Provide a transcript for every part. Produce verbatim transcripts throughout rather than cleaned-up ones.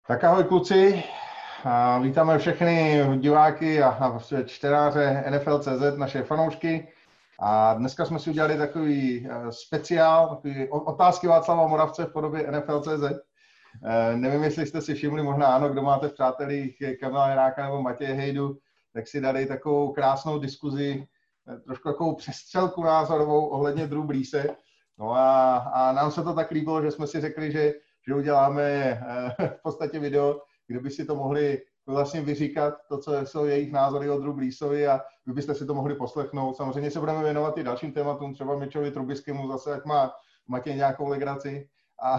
Tak ahoj kluci, a vítáme všechny diváky a čtenáře N F L tečka cé zet, naše fanoušky. A dneska jsme si udělali takový speciál, takový otázky Václava Moravce v podobě N F L tečka cé zet. Nevím, jestli jste si všimli, možná ano, kdo máte v přátelích Kamila Heráka nebo Matěje Hejdu, tak si dali takovou krásnou diskuzi, trošku takovou přestřelku názorovou ohledně Drew Breese. No a, a nám se to tak líbilo, že jsme si řekli, že že uděláme v podstatě video, kde by si to mohli vlastně vyříkat, to, co jsou jejich názory o Drew Breesovi a vy byste si to mohli poslechnout. Samozřejmě se budeme věnovat i dalším tématům, třeba Mitchellovi Trubiskymu, zase ať má Matěj nějakou legraci. A,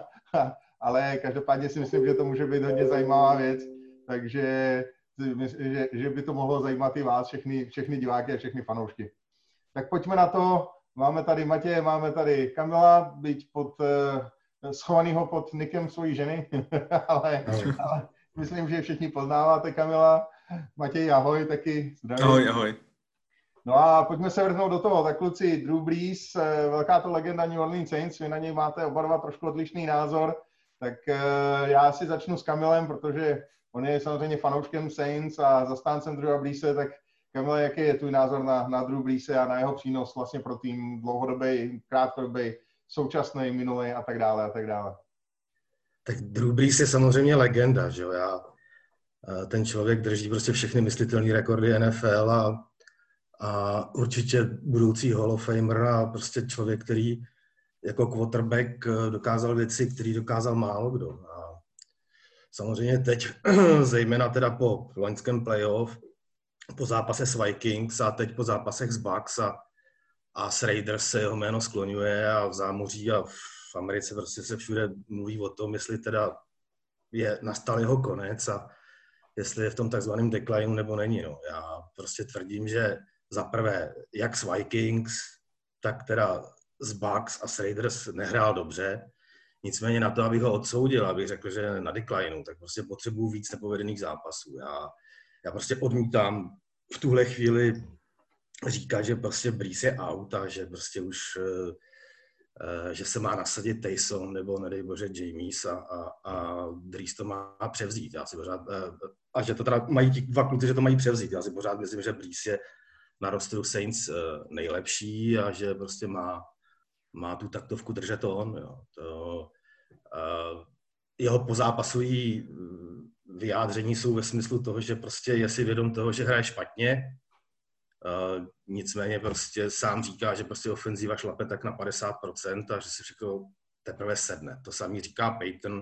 ale každopádně si myslím, že to může být hodně zajímavá věc, takže že, že by to mohlo zajímat i vás, všechny, všechny diváky a všechny fanoušky. Tak pojďme na to. Máme tady Matěje, máme tady Kamila, byť pod... schovanýho pod nikem svojí ženy, ale, ale myslím, že všichni poznáváte Kamila. Matěj, ahoj, taky zdravím. Ahoj, ahoj. No a pojďme se vrhnout do toho. Tak kluci, Drew Brees, velká to legenda New Orleans Saints, vy na něj máte oba dva trošku odlišný názor, tak já si začnu s Kamilem, protože on je samozřejmě fanouškem Saints a zastáncem Drewa Breese, tak Kamile, jaký je tvůj názor na, na Drew Breese a na jeho přínos vlastně pro tým dlouhodobý, krátkodobý, současný, minulý a tak dále a tak dále. Tak Drew Brees je samozřejmě legenda, že jo, já, ten člověk drží prostě všechny myslitelné rekordy N F L a, a určitě budoucí Hall of Famer a prostě člověk, který jako quarterback dokázal věci, který dokázal málo kdo. A samozřejmě teď, zejména teda po loňském playoff, po zápase s Vikings a teď po zápasech s Bucks a a s Raiders se jeho jméno skloňuje a v zámoří a v Americe prostě se všude mluví o tom, jestli teda je nastal jeho konec a jestli je v tom takzvaném declineu nebo není. No. Já prostě tvrdím, že za prvé, jak s Vikings, tak teda s Bucks a s Raiders nehrál dobře. Nicméně na to, abych ho odsoudil, abych řekl, že je na declineu, tak prostě potřebuji víc nepovedených zápasů. Já, já prostě odmítám v tuhle chvíli říká, že prostě Brees je out a že prostě už, uh, uh, že se má nasadit Taysom nebo nedej bože James a, a, a Brees to má převzít. Já si pořád, uh, a že to teda mají ti dva kluci, že to mají převzít. Já si pořád myslím, že Brees je na rosteru Saints uh, nejlepší a že prostě má, má tu taktovku držet on. Jo. To, uh, jeho pozápasují vyjádření jsou ve smyslu toho, že prostě je si vědom toho, že hraje špatně. Uh, nicméně prostě sám říká, že prostě ofenzíva šlape tak na padesát procent a že si všechno teprve sedne. To samý říká Peyton.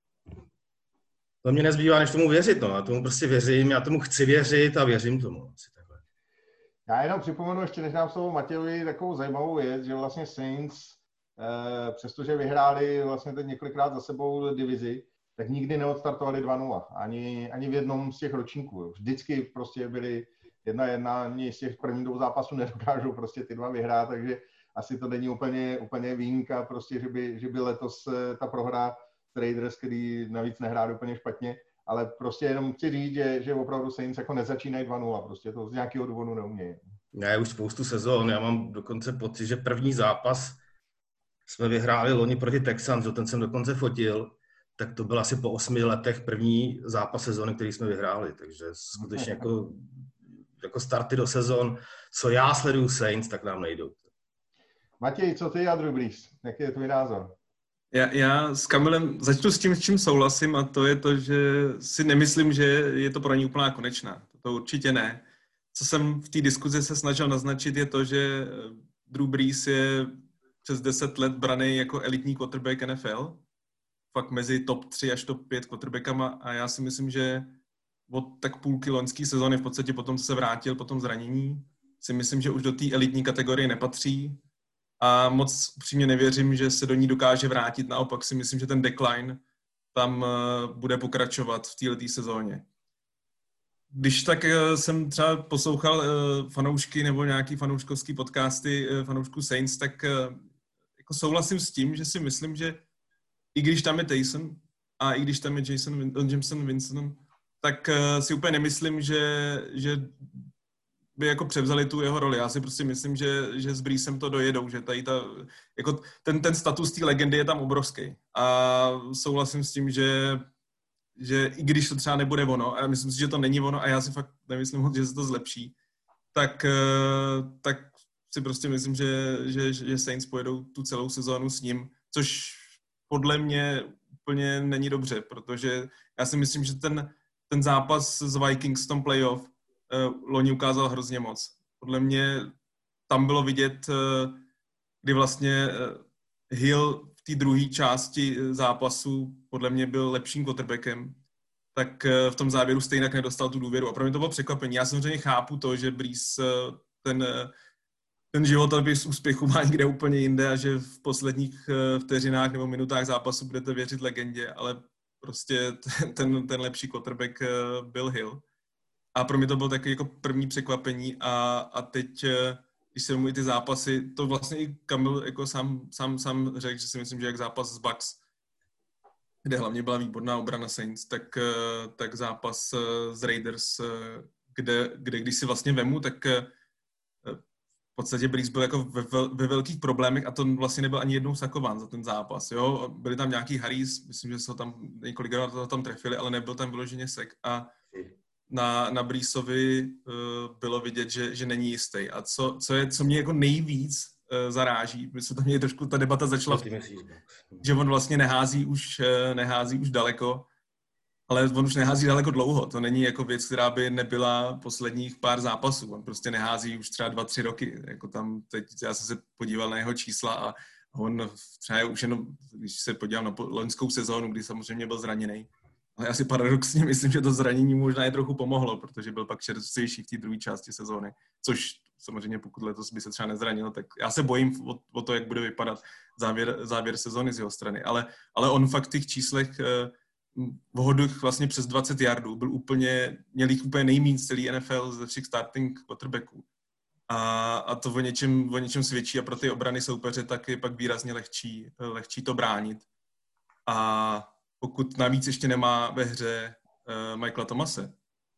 To mě nezbývá, než tomu věřit. No. Já tomu prostě věřím, já tomu chci věřit a věřím tomu. Asi takhle. Já jenom připomenu, ještě než dám slovo Matějovi, takovou zajímavou věc, že vlastně Saints, eh, přestože vyhráli vlastně teď několikrát za sebou divizi, tak nikdy neodstartovali dva nula. Ani, ani v jednom z těch ročníků. Vždycky prostě byli jedna jedna, ani z těch prvních dvou zápasů nedokážou prostě ty dva vyhrát, takže asi to není úplně, úplně výjimka, prostě, že by, že by letos ta prohra Raiders, který navíc nehrál úplně špatně, ale prostě jenom chci říct, že, že opravdu Saints jako nezačínají dva nula, prostě to z nějakého důvodu neumějí. Já už spoustu sezón, já mám dokonce pocit, že první zápas jsme vyhráli loni proti Texans, ten jsem dokonce fotil, tak to byl asi po osmi letech první zápas sezóny, který jsme vyhráli, takže skutečně jako jako starty do sezon, co já sleduju Saints, tak nám nejdou. Matěj, co ty a Drew Brees? Jaký je tvůj názor? Já, já s Kamilem začnu s tím, s čím souhlasím, a to je to, že si nemyslím, že je to pro ní úplná konečná. To určitě ne. Co jsem v té diskuzi se snažil naznačit, je to, že Drew Brees je přes deset let braný jako elitní quarterback N F L. Fakt mezi top tři až top pět quarterbackama a já si myslím, že od tak půlky loňské sezóny v podstatě potom, co se vrátil po tom zranění, si myslím, že už do té elitní kategorie nepatří a moc upřímně nevěřím, že se do ní dokáže vrátit. Naopak si myslím, že ten decline tam bude pokračovat v této sezóně. Když tak jsem třeba poslouchal fanoušky nebo nějaký fanouškovský podcasty fanoušků Saints, tak jako souhlasím s tím, že si myslím, že i když tam je Taysom a i když tam je Jason, Jameson Winston, tak si úplně nemyslím, že, že by jako převzali tu jeho roli. Já si prostě myslím, že, že s Breesem to dojedou, že tady ta, jako ten, ten status té legendy je tam obrovský. A souhlasím s tím, že že i když to třeba nebude ono, a myslím si, že to není ono a já si fakt nemyslím, že se to zlepší, tak, tak si prostě myslím, že, že, že Saints pojedou tu celou sezónu s ním, což podle mě úplně není dobře, protože já si myslím, že ten, ten zápas s Vikings v tom playoff uh, loni ukázal hrozně moc. Podle mě tam bylo vidět, uh, kdy vlastně uh, Hill v té druhé části zápasu podle mě byl lepším quarterbackem, tak uh, v tom závěru stejně nedostal tu důvěru. A pro mě to bylo překvapení. Já samozřejmě chápu to, že Brees uh, ten, uh, ten životopis úspěchu má někde úplně jinde a že v posledních uh, vteřinách nebo minutách zápasu budete věřit legendě, ale prostě ten, ten lepší quarterback uh, byl Hill. A pro mě to bylo taky jako první překvapení a, a teď, uh, když se mu i ty zápasy, to vlastně i Kamil jako sám, sám, sám řekl, že si myslím, že jak zápas s Bucks, kde hlavně byla výborná obrana Saints, tak, tak zápas s Raiders, kde, kde když si vlastně vemu, tak v podstatě Brees byl jako ve, ve velkých problémech a to vlastně nebyl ani jednou sakován za ten zápas. Jo? Byli tam nějaký Harris, myslím, že se ho tam několikrát to tam trefili, ale nebyl tam vyloženě sek a na, na Breesovi uh, bylo vidět, že, že není jistý. A co, co, je, co mě jako nejvíc uh, zaráží, my jsme tam měli trošku, ta debata začala, v, že on vlastně nehází už, uh, nehází už daleko, ale on už nehází daleko dlouho. To není jako věc, která by nebyla posledních pár zápasů. On prostě nehází už třeba dva, tři roky. Jako tam teď, já jsem se podíval na jeho čísla a on třeba už jenom, když se podívám na loňskou sezónu, kdy samozřejmě byl zraněný, ale asi paradoxně myslím, že to zranění možná je trochu pomohlo, protože byl pak čerstvější v té druhé části sezóny, což samozřejmě pokud letos by se třeba nezranil, tak já se bojím o, o to, jak bude vypadat závěr, závěr sezóny z jeho strany, ale, ale on fakt v těch číslech v hodech vlastně přes dvacet yardů byl úplně, měl jich úplně nejméně z celý N F L ze všech starting quarterbacků. A, a to o něčem, o něčem svědčí a pro ty obrany soupeře tak je pak výrazně lehčí, lehčí to bránit. A pokud navíc ještě nemá ve hře uh, Michaela Thomase,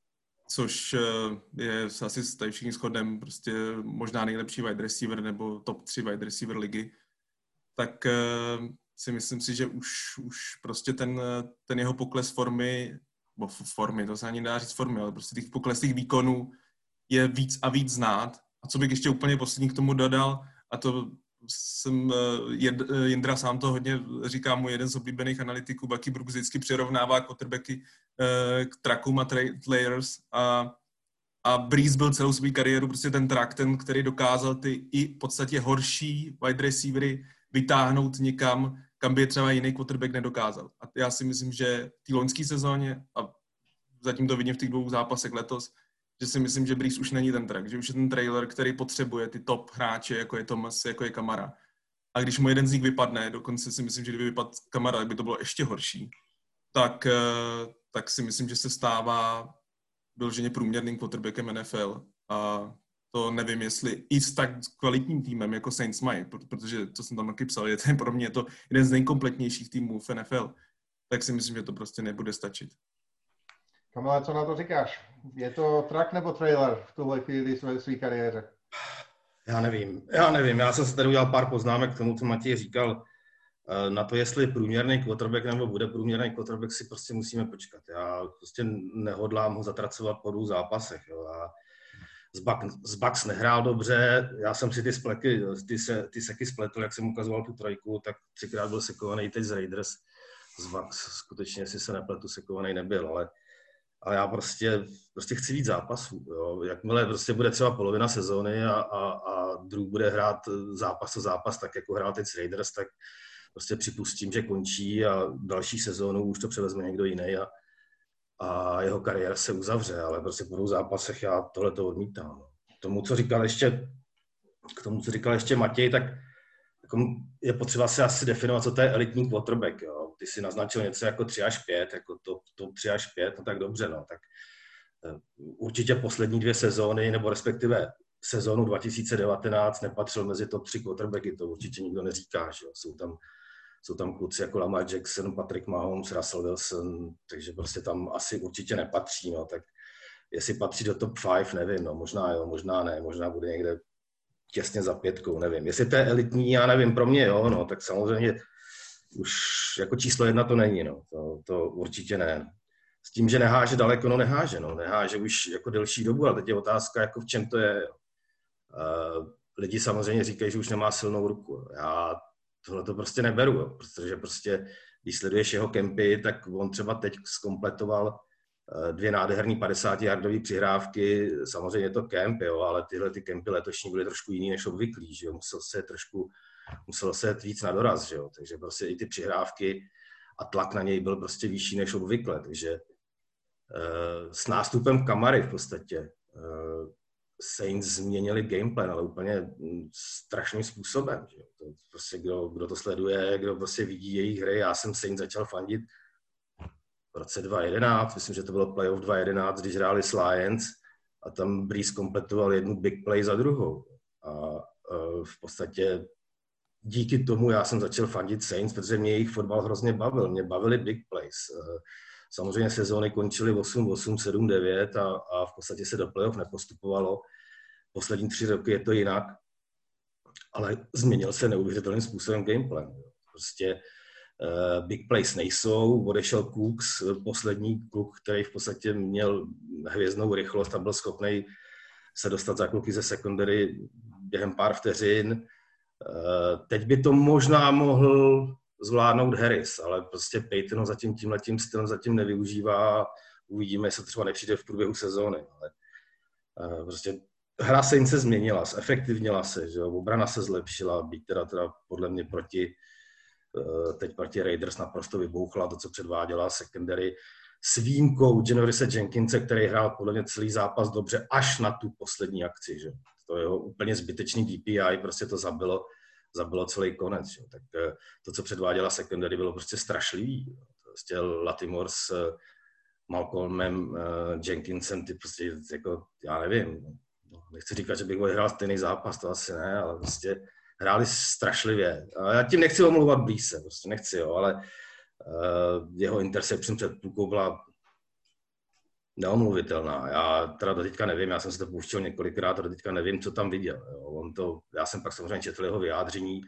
což uh, je asi tady všichni shodem prostě možná nejlepší wide receiver nebo top tři wide receiver ligy, tak uh, si myslím si, že už, už prostě ten, ten jeho pokles formy, bo formy, to se ani nedá říct formy, ale prostě těch pokles těch výkonů je víc a víc znát. A co bych ještě úplně poslední k tomu dodal, a to jsem, Jindra sám to hodně říká, mu jeden z oblíbených analytiků, Bucky Brooks vždycky přirovnává quarterbacky k trackům a trailers a, a Brees byl celou svou kariéru prostě ten track, ten, který dokázal ty i v podstatě horší wide receivery vytáhnout někam, kam by je třeba jiný quarterback nedokázal. A já si myslím, že v té loňské sezóně, a zatím to vidím v těch dvou zápasech letos, že si myslím, že Brees už není ten track, že už je ten trailer, který potřebuje ty top hráče, jako je Thomas, jako je Kamara. A když mu jeden z nich vypadne, dokonce si myslím, že kdyby vypadl Kamara, tak by to bylo ještě horší, tak, tak si myslím, že se stává vyloženě průměrným quarterbackem N F L. A to nevím, jestli i s tak kvalitním týmem, jako Saints mají, protože, co jsem tam taky psal, je to pro mě je to jeden z nejkompletnějších týmů v N F L, tak si myslím, že to prostě nebude stačit. Kamile, co na to říkáš? Je to track nebo trailer v tuhle chvíli své, své kariéře? Já nevím, já nevím. Já jsem se tady udělal pár poznámek k tomu, co Matěj říkal. Na to, jestli průměrný quarterback nebo bude průměrný quarterback, si prostě musíme počkat. Já prostě nehodlám ho zatracovat po dvou zápasech. Jo. A z, Bucks, z Bucks nehrál dobře, já jsem si ty spleky, ty, se, ty seky spletl, jak jsem ukazoval tu trojku, tak třikrát byl sekovaný teď z Raiders. Z Bucks skutečně, jestli se nepletu, sekovaný nebyl, ale Ale já prostě, prostě chci víc zápasů. Jo. Jakmile prostě bude třeba polovina sezóny a, a, a Drew bude hrát zápas o zápas, tak jako hrál teď s Raiders, tak prostě připustím, že končí a další sezónu už to převezme někdo jiný a, a jeho kariéra se uzavře, ale prostě po dvou zápasech já tohle to odmítám. K tomu, co říkal ještě, k tomu, co říkal ještě Matěj, tak jako je potřeba si asi definovat, co to je elitní quarterback. Jo. Ty si naznačil něco jako tři až pět, jako to, to tři až pět, no tak dobře, no. Tak určitě poslední dvě sezóny, nebo respektive sezónu dva tisíce devatenáct nepatřil mezi top tři quarterbacky, to určitě nikdo neříká, že jo. Jsou tam, jsou tam kluci jako Lamar Jackson, Patrick Mahomes, Russell Wilson, takže prostě tam asi určitě nepatří, no. Tak jestli patří do top pět, nevím, no. Možná jo, možná ne, možná bude někde těsně za pětkou, nevím. Jestli to je elitní, já nevím, pro mě jo, no, tak samozřejmě už jako číslo jedna to není, no, to, to určitě ne. s tím, že neháže daleko, no neháže, no, neháže už jako delší dobu, ale teď je otázka, jako v čem to je. Uh, lidi samozřejmě říkají, že už nemá silnou ruku. Já tohle to prostě neberu, jo, protože prostě, když sleduješ jeho kempy, tak on třeba teď zkompletoval dvě nádherný padesátiardové přihrávky, samozřejmě je to kemp, jo, ale tyhle ty kempy letošní byly trošku jiný než obvyklý, že jo, musel se trošku, muselo se víc na doraz, že jo, takže prostě i ty přihrávky a tlak na něj byl prostě vyšší než obvykle, takže uh, s nástupem Kamary v podstatě uh, Saints změnili gameplan, ale úplně strašným způsobem, že jo, to prostě kdo, kdo to sleduje, kdo prostě vidí jejich hry, já jsem Saints začal fandit v roce dva tisíce jedenáct, myslím, že to bylo playoff dva tisíce jedenáct, když hráli s Lions a tam Breeze kompletoval jednu big play za druhou. A uh, v podstatě díky tomu já jsem začal fandit Saints, protože mě jejich fotbal hrozně bavil. Mě bavily big plays. Uh, samozřejmě sezóny končily osm osm, sedm devět a, a v podstatě se do playoff nepostupovalo. Poslední tři roky je to jinak, ale změnil se neuvěřitelným způsobem gameplan. Prostě Uh, big plays nejsou, odešel Cooks, poslední kluk, který v podstatě měl hvězdnou rychlost a byl schopný se dostat za kluky ze secondary během pár vteřin. Uh, teď by to možná mohl zvládnout Harris, ale prostě Peyton zatím tímhletím stylem zatím nevyužívá. Uvidíme, jestli třeba nepřijde v průběhu sezóny. Ale uh, prostě hra Saints se změnila, zefektivnila se, že jo? Obrana se zlepšila, byť teda, teda podle mě proti teď proti Raiders naprosto vybouchla to, co předváděla secondary s výjimkou Janorise Jenkinse, který hrál podle mě celý zápas dobře až na tu poslední akci. Že? To jeho úplně zbytečný D P I, prostě to zabilo, zabilo celý konec. Že? Tak to, co předváděla secondary, bylo prostě strašlivý. Prostě Latimore s Malcolmem Jenkinsem, ty prostě jako, já nevím, nechci říkat, že bych hrál stejný zápas, to asi ne, ale prostě hráli strašlivě. Já tím nechci omlouvat Breeze, prostě nechci, jo, ale uh, jeho interception před půlkou byla neomluvitelná. Já teda do teďka nevím, já jsem si to pouštěl několikrát a do teďka nevím, co tam viděl. Jo. On to, já jsem pak samozřejmě četl jeho vyjádření.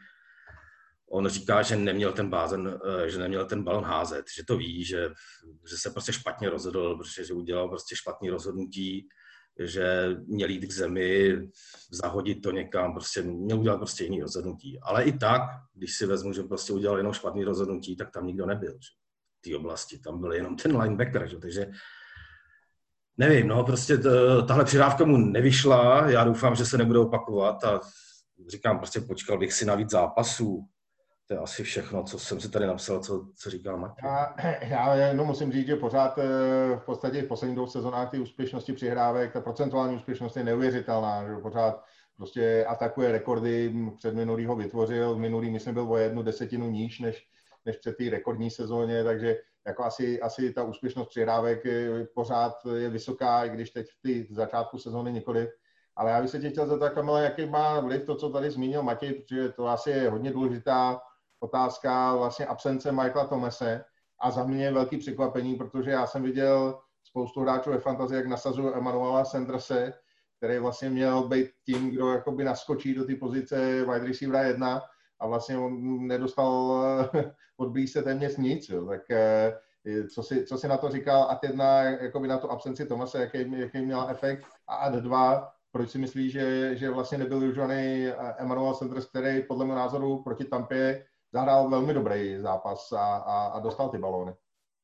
On říká, že neměl ten bázen, že neměl ten balon házet, že to ví, že, že se prostě špatně rozhodl, protože že udělal prostě špatný rozhodnutí, že měl jít k zemi, zahodit to někam, prostě měl udělat prostě jiný rozhodnutí. Ale i tak, když si vezmu, že prostě udělal jenom špatný rozhodnutí, tak tam nikdo nebyl, že? V té oblasti. Tam byl jenom ten linebacker, že? Takže nevím, no, prostě t- tahle přidávka mu nevyšla, já doufám, že se nebude opakovat a říkám, prostě počkal bych si na víc zápasů. To je asi všechno, co jsem si tady napsal, co, co říkal Matěj. Já, já jenom musím říct, že pořád v podstatě v posledních dvou sezónách ty úspěšnosti přihrávek, ta procentuální úspěšnost je neuvěřitelná, že pořád prostě atakuje rekordy, před minulýho vytvořil, minulý myslím byl o jednu desetinu níž než, než před té rekordní sezóně, takže jako asi, asi ta úspěšnost přihrávek je, pořád je vysoká, i když teď v té začátku sezóny nikoliv. Ale já bych se tě chtěl zeptat, Kamile, jaký má vliv to, co tady zmínil Matěj, protože to asi je hodně důležitá otázka vlastně absence Michaela Thomase a za mě je velký překvapení, protože já jsem viděl spoustu hráčů ve fantazii, jak nasazují Emanuela Sanderse, který vlastně měl být tím, kdo jakoby naskočí do té pozice wide receivera jedna a vlastně on nedostal od Breeze téměř nic. Jo. Tak co si, co si na to říkal ad jedna, jakoby na tu absenci Thomase, jaký, jaký měl efekt a ad dva, proč si myslíš, že, že vlastně nebyl využívaný Emanuel Sanders, který podle mého názoru proti Tampě zahrál velmi dobrý zápas a, a, a dostal ty balóny.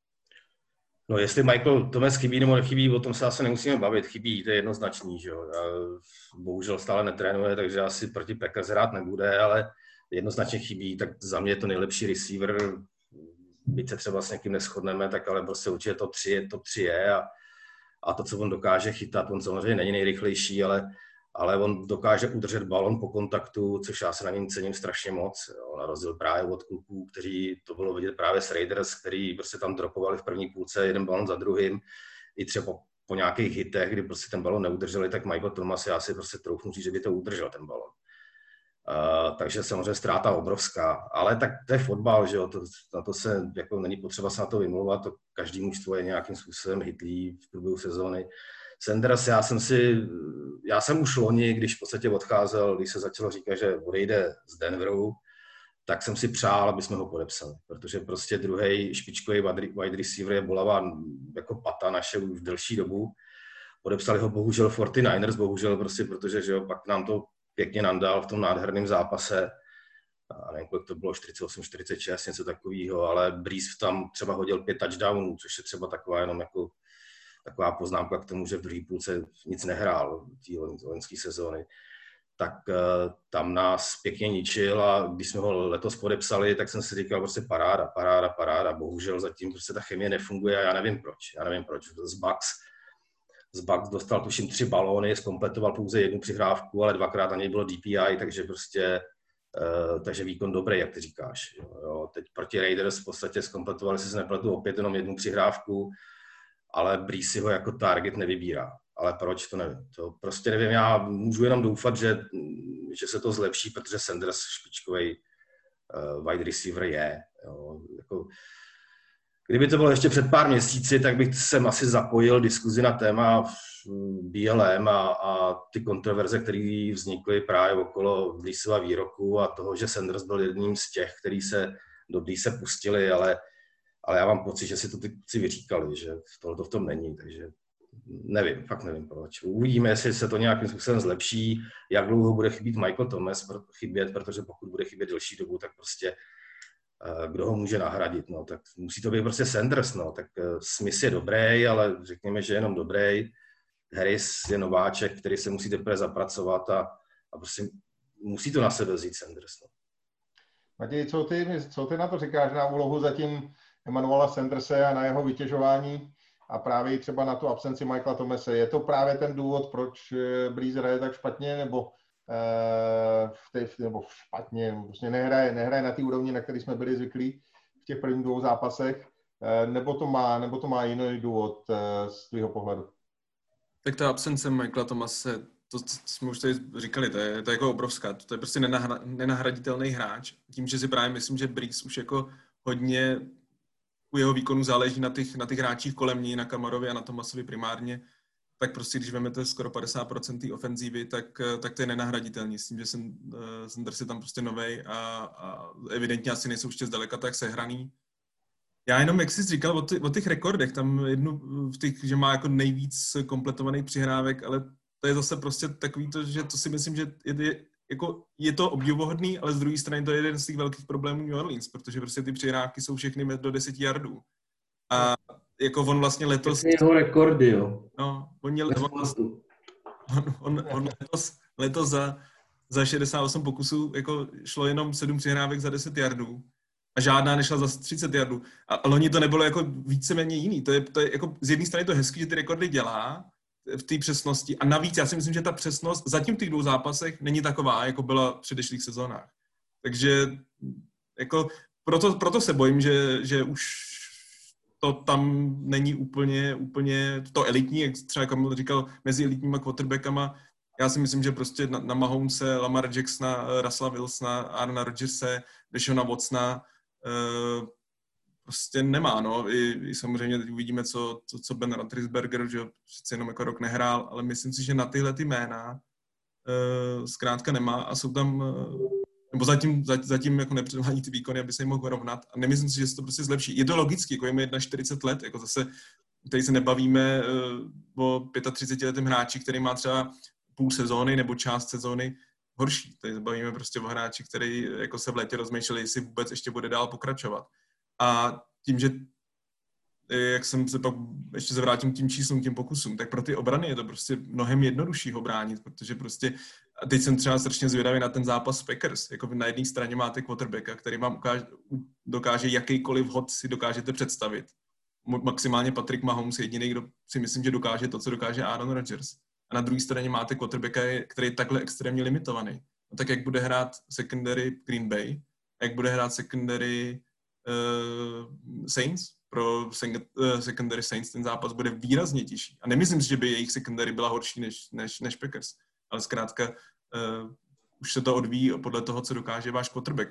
No jestli Michael Thomas chybí nebo nechybí, o tom se asi nemusíme bavit. Chybí, to je jednoznačný, že jo. Bohužel stále netrénuje, takže asi proti Packers hrát nebude, ale jednoznačně chybí, tak za mě je to nejlepší receiver. Byť se třeba s někým neshodneme, tak ale prostě určitě top tři je, top tři je a, a to, co on dokáže chytat, on samozřejmě není nejrychlejší, ale ale on dokáže udržet balon po kontaktu, což já se na něm cením strašně moc. Jo, na rozdíl právě od kluků, kteří to bylo vidět právě s Raiders, který prostě tam dropovali v první půlce jeden balon za druhým. I třeba po, po nějakých hitech, kdy prostě ten balon neudrželi, tak Michael Thomas, já si prostě troufnu říct, že by to udržel ten balon. Uh, takže samozřejmě ztráta obrovská. Ale tak to je fotbal, že jo, to, na to se, jako není potřeba se na to vymlouvat, to každý mužstvo je nějakým způsobem hitlý v průběhu sezóny. Sanders, já jsem si, já jsem už loni, když v podstatě odcházel, když se začalo říkat, že odejde z Denveru, tak jsem si přál, aby jsme ho podepsali, protože prostě druhý špičkový wide receiver je bolavá jako pata naše už delší dobu. Podepsali ho bohužel čtyřicátý devátý bohužel prostě, protože že jo, pak nám to pěkně nandal v tom nádherném zápase. A nevím, kolik to bylo, čtyřicet osm čtyřicet šest, něco takového, ale Breeze tam třeba hodil pět touchdownů, což je třeba taková jenom jako taková poznámka k tomu, že v druhé půlce nic nehrál té loňské sezóny. Tak uh, tam nás pěkně ničil a když jsme ho letos podepsali, tak jsem si říkal prostě paráda, paráda, paráda. Bohužel zatím prostě ta chemie nefunguje a já nevím proč. Já nevím proč. Z Bucks, z Bucks dostal tuším tři balóny, zkompletoval pouze jednu přihrávku, ale dvakrát na něj bylo D P I, takže prostě uh, takže výkon dobrý, jak ty říkáš. Jo, jo. Teď proti Raiders v podstatě zkompletovali, si se nepletu, opět jenom jednu přihrávku, ale Breeze si ho jako target nevybírá. Ale proč, to nevím. To prostě nevím, já můžu jenom doufat, že, že se to zlepší, protože Sanders špičkový uh, wide receiver je. Jo. Jako, kdyby to bylo ještě před pár měsíci, tak bych sem asi zapojil diskuzi na téma B L M a, a ty kontroverze, které vznikly právě okolo Breezova výroku a toho, že Sanders byl jedním z těch, který se do Breeze pustili, ale, ale já mám pocit, že si to ty kluci vyříkali, že tohle to v tom není, takže nevím, fakt nevím proč. Uvidíme, jestli se to nějakým způsobem zlepší, jak dlouho bude chybět Michael Thomas, chybět, protože pokud bude chybět delší dobu, tak prostě uh, kdo ho může nahradit, no, tak musí to být prostě Sanders, no, tak uh, Smith je dobrý, ale řekněme, že je jenom dobrý. Harris je nováček, který se musí teprve zapracovat a, a prostě musí to na sebe vzít Sanders, no. Matěj, co ty, co ty na to říkáš, na úlohu zatím Emmanuela Sanderse a na jeho vytěžování? A právě třeba na tu absenci Michaela Thomase. Je to právě ten důvod, proč Breeze hraje tak špatně, nebo, eh, v té, nebo špatně, prostě nehraje, nehraje na té úrovni, na který jsme byli zvyklí v těch prvních dvou zápasech, eh, nebo, to má, nebo to má jiný důvod eh, z tvýho pohledu? Tak ta absence Michaela Thomase, to jsme už tady říkali, to je, to je jako obrovská, to je prostě nenahra, nenahraditelný hráč. Tím, že si právě myslím, že Breeze už jako hodně u jeho výkonu záleží na těch, na těch hráčích kolem ní, na Kamarovi a na Thomasovi primárně, tak prostě, když vezmete skoro padesát procent té ofenzívy, tak, tak to je nenahraditelný. S tím, že Sanders je tam prostě novej a, a evidentně asi nejsou ještě zdaleka tak sehraný. Já jenom, jak jsi říkal o, ty, o těch rekordech, tam jednu v těch, že má jako nejvíc kompletovaných přihrávek, ale to je zase prostě takový to, že to si myslím, že je, je jako je to obdivuhodný, ale z druhé strany to je jeden z těch velkých problémů New Orleans, protože prostě ty přihrávky jsou všechny do deseti yardů. A jako on vlastně letos... To jeho rekordy, jo. No, on, měl, on, on, on, on letos, letos za, za šedesát osm pokusů jako šlo jenom sedm přihrávek za deset yardů a žádná nešla za třicet yardů. A, a loni to nebylo jako víceméně jiný. To je, to je jako z jedné strany to hezký, že ty rekordy dělá, v té přesnosti. A navíc já si myslím, že ta přesnost zatím v těch dvou zápasech není taková, jako byla v předešlých sezónách. Takže jako proto, proto se bojím, že, že už to tam není úplně, úplně to elitní, jak třeba Kamil říkal, mezi elitníma quarterbackama. Já si myslím, že prostě na, na Mahomese, Lamar Jacksona, Russella Wilsona, Aarona Rodgerse, Deshona Watsona uh, prostě nemá, no. I, i samozřejmě teď uvidíme, co, co, co Ben Roethlisberger, že přece jenom jako rok nehrál, ale myslím si, že na tyhle ty jména uh, zkrátka nemá a jsou tam, uh, nebo zatím, zatím jako nepředvádí ty výkony, aby se jim mohl rovnat a nemyslím si, že se to prostě zlepší. Je to logicky, jako je mi čtyřicet jedna let, jako zase tady se nebavíme uh, o třicetiletém hráči, který má třeba půl sezóny nebo část sezóny horší. Tady se bavíme prostě o hráči, který jako se v létě rozmýšleli, jestli vůbec ještě bude dál pokračovat. A tím, že jak jsem se pak ještě se vrátím k tím číslům, k těm pokusům, tak pro ty obrany je to prostě mnohem jednodušší ho bránit, protože prostě, a teď jsem třeba strašně zvědavý na ten zápas Packers, jako na jedné straně máte quarterbacka, který vám ukáže, dokáže jakýkoliv hod si dokážete představit. Maximálně Patrick Mahomes jediný, kdo si myslím, že dokáže to, co dokáže Aaron Rodgers. A na druhé straně máte quarterbacka, který je takhle extrémně limitovaný. No tak jak bude hrát secondary Green Bay, jak bude hrát secondary uh, Saints, pro secondary Saints ten zápas bude výrazně těžší. A nemyslím si, že by jejich secondary byla horší než, než, než Packers. Ale zkrátka uh, už se to odvíjí podle toho, co dokáže váš quarterback.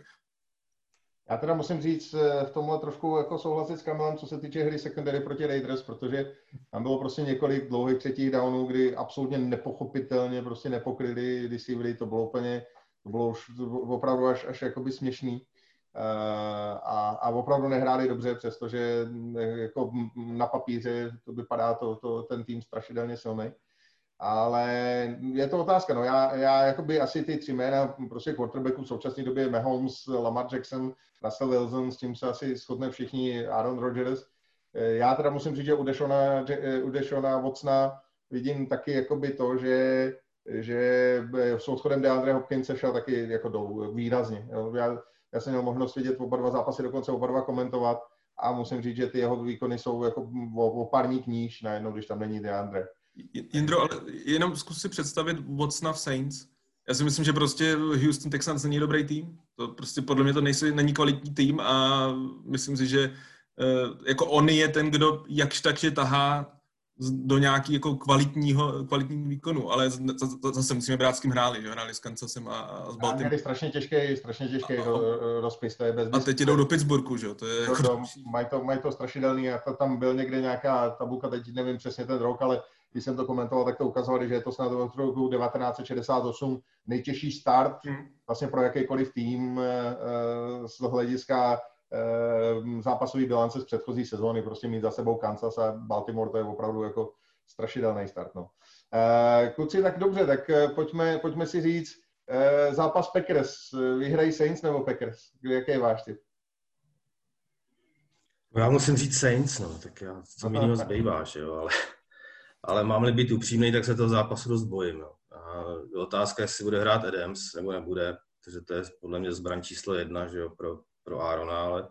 Já teda musím říct v tomhle trošku jako souhlasit s Kamilem, co se týče hry secondary proti Raiders, protože tam bylo prostě několik dlouhých třetích downů, kdy absolutně nepochopitelně prostě nepokryli receivery, to bylo úplně, to bylo už opravdu až, až jakoby směšný. a, a opravdu nehráli dobře, přestože jako na papíře to vypadá to, to, ten tým strašidelně silný. Ale je to otázka, no já, já jakoby asi ty tři jména prostě quarterbacku v současné době Mahomes, Lamar Jackson, Russell Wilson, s tím se asi shodne všichni, Aaron Rodgers. Já teda musím říct, že u Deshona, u Deshona Watsona vidím taky jakoby to, že, že s odchodem DeAndre Hopkinse šel taky jako dolů, výrazně. Já, já jsem měl možnost vidět oba dva zápasy, dokonce oba dva komentovat a musím říct, že ty jeho výkony jsou jako o, o párník níž najednou, když tam není DeAndre. Jindro, ale jenom zkus si představit Watsona v Saints. Já si myslím, že prostě Houston Texans není dobrý tým. To prostě podle mě to nejsi, není kvalitní tým a myslím si, že uh, jako on je ten, kdo jakž takže tahá do nějaký jako kvalitního, kvalitního výkonu, ale zase musíme brát, s kým hráli, že hráli s Kansasem a, a s Baltimorem. Měli strašně těžký, strašně těžký rozpis, to je bez. A teď jdou do Pittsburghu, že jo, to je to, jako... To, mají to, mají to strašidelný a tam byl někde nějaká tabulka, teď nevím přesně ten rok, ale když jsem to komentoval, tak to ukazovali, že je to snad od roku devatenáct set šedesát osm nejtěžší start hmm. vlastně pro jakýkoliv tým z hlediska zápasový bilance z předchozí sezóny, prostě mít za sebou Kansas a Baltimore, to je opravdu jako strašidelný start. No. Kluci, tak dobře, tak pojďme, pojďme si říct, zápas Packers, vyhrají Saints nebo Packers? Jaký je váš tip? Já musím říct Saints, no, tak já, co mi jiného zbývá, že jo, ale, ale mám-li být upřímný, tak se toho zápasu dost bojím, no. A otázka, jestli bude hrát Adams, nebo nebude, protože to je podle mě zbraň číslo jedna, že jo, pro pro Aarona, ale,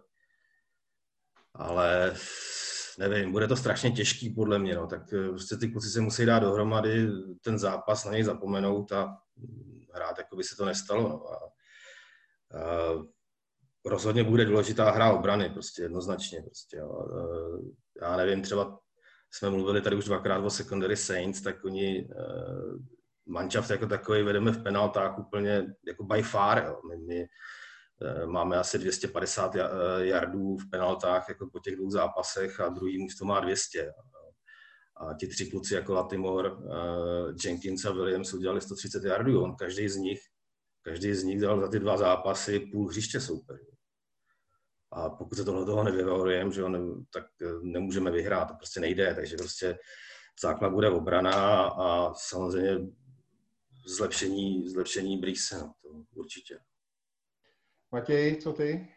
ale nevím, bude to strašně těžký podle mě, no, tak prostě ty kluci se musí dát dohromady, ten zápas na něj zapomenout a hrát, jako by se to nestalo, no, a, a rozhodně bude důležitá hra obrany, prostě jednoznačně, prostě, jo, já nevím, třeba jsme mluvili tady už dvakrát o secondary Saints, tak oni manšaft jako takový vedeme v penaltách úplně jako by far, jo, my, my máme asi dvě stě padesát yardů v penaltách jako po těch dvou zápasech a druhý muž to má dvě stě. A ti tři kluci jako Latimore, Jenkins a Williams udělali sto třicet yardů. On každý z nich, každý z nich dal za ty dva zápasy půl hřiště soupeř. A pokud se tohle toho nevyvalujeme, že ne, tak nemůžeme vyhrát, to prostě nejde. Takže prostě základ bude obrana a samozřejmě zlepšení, zlepšení Breese, no, to určitě. Matěj, co ty?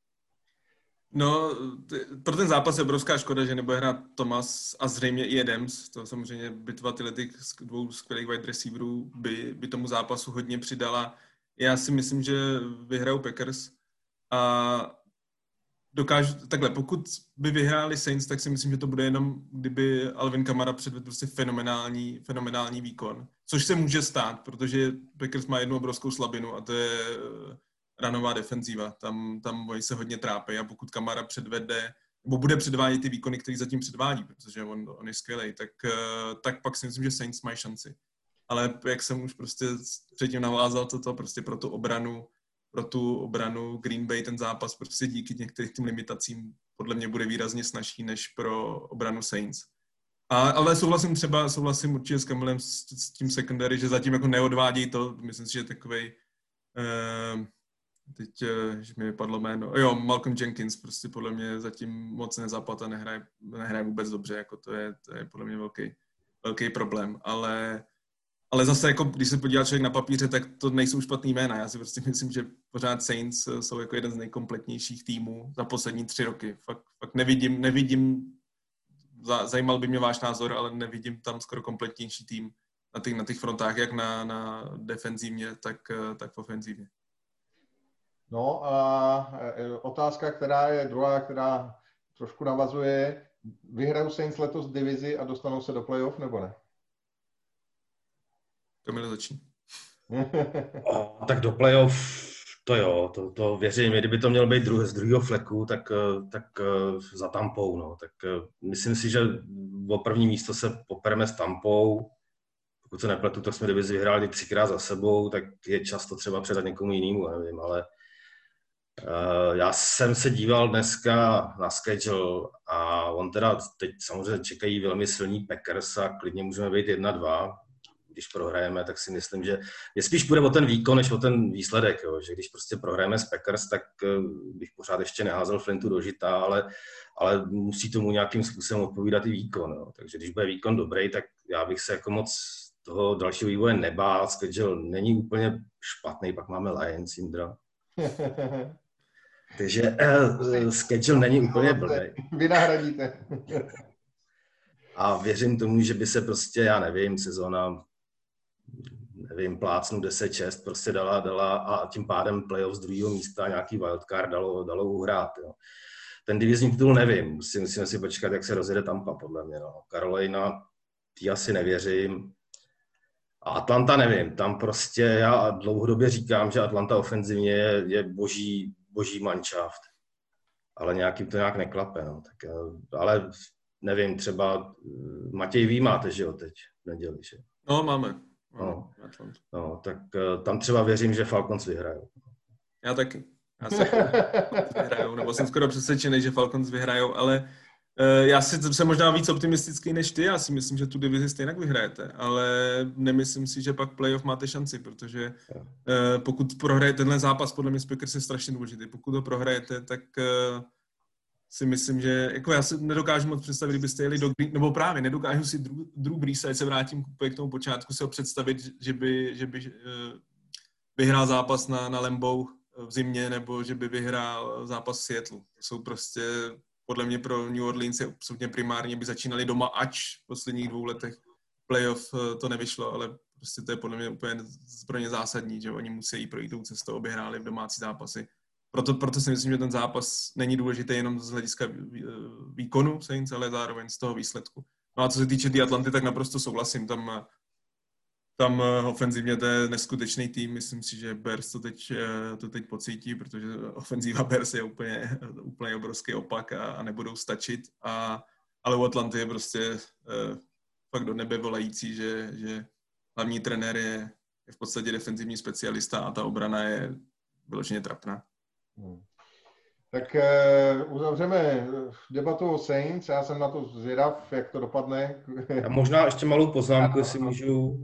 No, t- pro ten zápas je obrovská škoda, že nebude hrát Thomas a zřejmě i Adams. To samozřejmě bitva tyhle těch dvou skvělých wide receiverů by, by tomu zápasu hodně přidala. Já si myslím, že vyhrajou Packers a dokážu, takhle, pokud by vyhráli Saints, tak si myslím, že to bude jenom, kdyby Alvin Kamara předvedl prostě fenomenální, fenomenální výkon. Což se může stát, protože Packers má jednu obrovskou slabinu a to je ranová defenzíva. Tam, tam oni se hodně trápí a pokud Kamara předvede, nebo bude předvádět ty výkony, který zatím předvádí, protože on, on je skvělej, tak, tak pak si myslím, že Saints mají šanci. Ale jak jsem už prostě předtím navázal toto, prostě pro tu obranu, pro tu obranu Green Bay ten zápas prostě díky některým tím limitacím podle mě bude výrazně snazší než pro obranu Saints. A, ale souhlasím třeba, souhlasím určitě s Kamilem s, s tím secondary, že zatím jako neodvádějí to, myslím si, že takovej uh, teď, že mi vypadlo jméno, jo, Malcolm Jenkins prostě podle mě zatím moc nezapad a nehraje, nehraje vůbec dobře, jako to je, to je podle mě velký, velký problém, ale, ale zase jako, když se podívá člověk na papíře, tak to nejsou špatný jména, já si prostě myslím, že pořád Saints jsou jako jeden z nejkompletnějších týmů za poslední tři roky, fakt, fakt nevidím, nevidím, zajímal by mě váš názor, ale nevidím tam skoro kompletnější tým na těch, na těch frontách, jak na, na defenzivně, tak, tak v ofenzivně. No a otázka, která je druhá, která trošku navazuje, vyhrajou Saints letos divizi a dostanou se do playoff, nebo ne? Kamil, začni. Tak do playoff, to jo, to, to věřím, kdyby to měl být druhý, z druhého fleku, tak, tak za Tampou, no. Tak myslím si, že o první místo se popereme s Tampou. Pokud se nepletu, tak jsme divizi vyhráli třikrát za sebou, tak je čas to třeba předat někomu jinému, nevím, ale Uh, já jsem se díval dneska na schedule a on teda teď samozřejmě čekají velmi silní Packers a klidně můžeme být jedna dva. když prohrajeme, tak si myslím, že je spíš bude o ten výkon, než o ten výsledek, jo. Že když prostě prohrajeme s Packers, tak bych pořád ještě neházel flintu do žita, ale, ale musí tomu nějakým způsobem odpovídat i výkon. Jo. Takže když bude výkon dobrý, tak já bych se jako moc toho dalšího vývoje nebál. Schedule není úplně špatný, pak máme Lions, Indra. Takže uh, schedule není úplně blbý. Vy nahradíte. A věřím tomu, že by se prostě, já nevím, sezóna, nevím, plácnu deset šest prostě dala, dala a tím pádem playoff z druhého místa nějaký wildcard dalo, dalo uhrát. Jo. Ten divizní titul nevím, musím, musíme si počkat, jak se rozjede Tampa, podle mě. No. Carolina, tý asi nevěřím. A Atlanta nevím, tam prostě já dlouhodobě říkám, že Atlanta ofenzivně je, je boží, boží manšaft. Ale nějakým to nějak neklape, no. Tak, ale nevím, třeba Matěj, vy máte, že jo, teď v neděli, že? No, máme. No, no, tak tam třeba věřím, že Falcons vyhrajou. Já taky. Já se vyhrajou, nebo jsem skoro přesvědčený, že Falcons vyhrajou, ale uh, já si, jsem možná víc optimistický než ty, já si myslím, že tu divizi stejně vyhrajete, ale nemyslím si, že pak playoff máte šanci, protože uh, pokud prohrajete tenhle zápas, podle mě s Packers je strašně důležitý, pokud ho prohrajete, tak uh, si myslím, že jako já si nedokážu moc představit, kdybyste jeli do Green, nebo právě nedokážu si Drew, Drew Brees, ať se vrátím k tomu počátku, si ho představit, že by, že by uh, vyhrál zápas na, na Lambeau v zimě, nebo že by vyhrál zápas v Seattle. To jsou prostě, podle mě pro New Orleans je absolutně primárně, by začínali doma, ač v posledních dvou letech playoff to nevyšlo, ale prostě to je podle mě úplně pro ně zásadní, že oni musí projít tou cestou, aby hráli v domácí zápasy. Proto, proto si myslím, že ten zápas není důležitý jenom z hlediska výkonu Saints, ale zároveň z toho výsledku. No a co se týče té Atlanty, tak naprosto souhlasím. Tam, tam ofenzivně to je neskutečný tým. Myslím si, že Bears to teď, to teď pocítí, protože ofenzíva Bears je úplně, úplně obrovský opak a, a nebudou stačit. A, ale u Atlanty je prostě uh, fakt do nebe volající, že, že hlavní trenér je, je v podstatě defenzivní specialista a ta obrana je vyloženě trapná. Hmm. Tak uh, uzavřeme debatu o Saints, já jsem na to zvědav, jak to dopadne. A možná ještě malou poznámku, jestli můžu. Uh,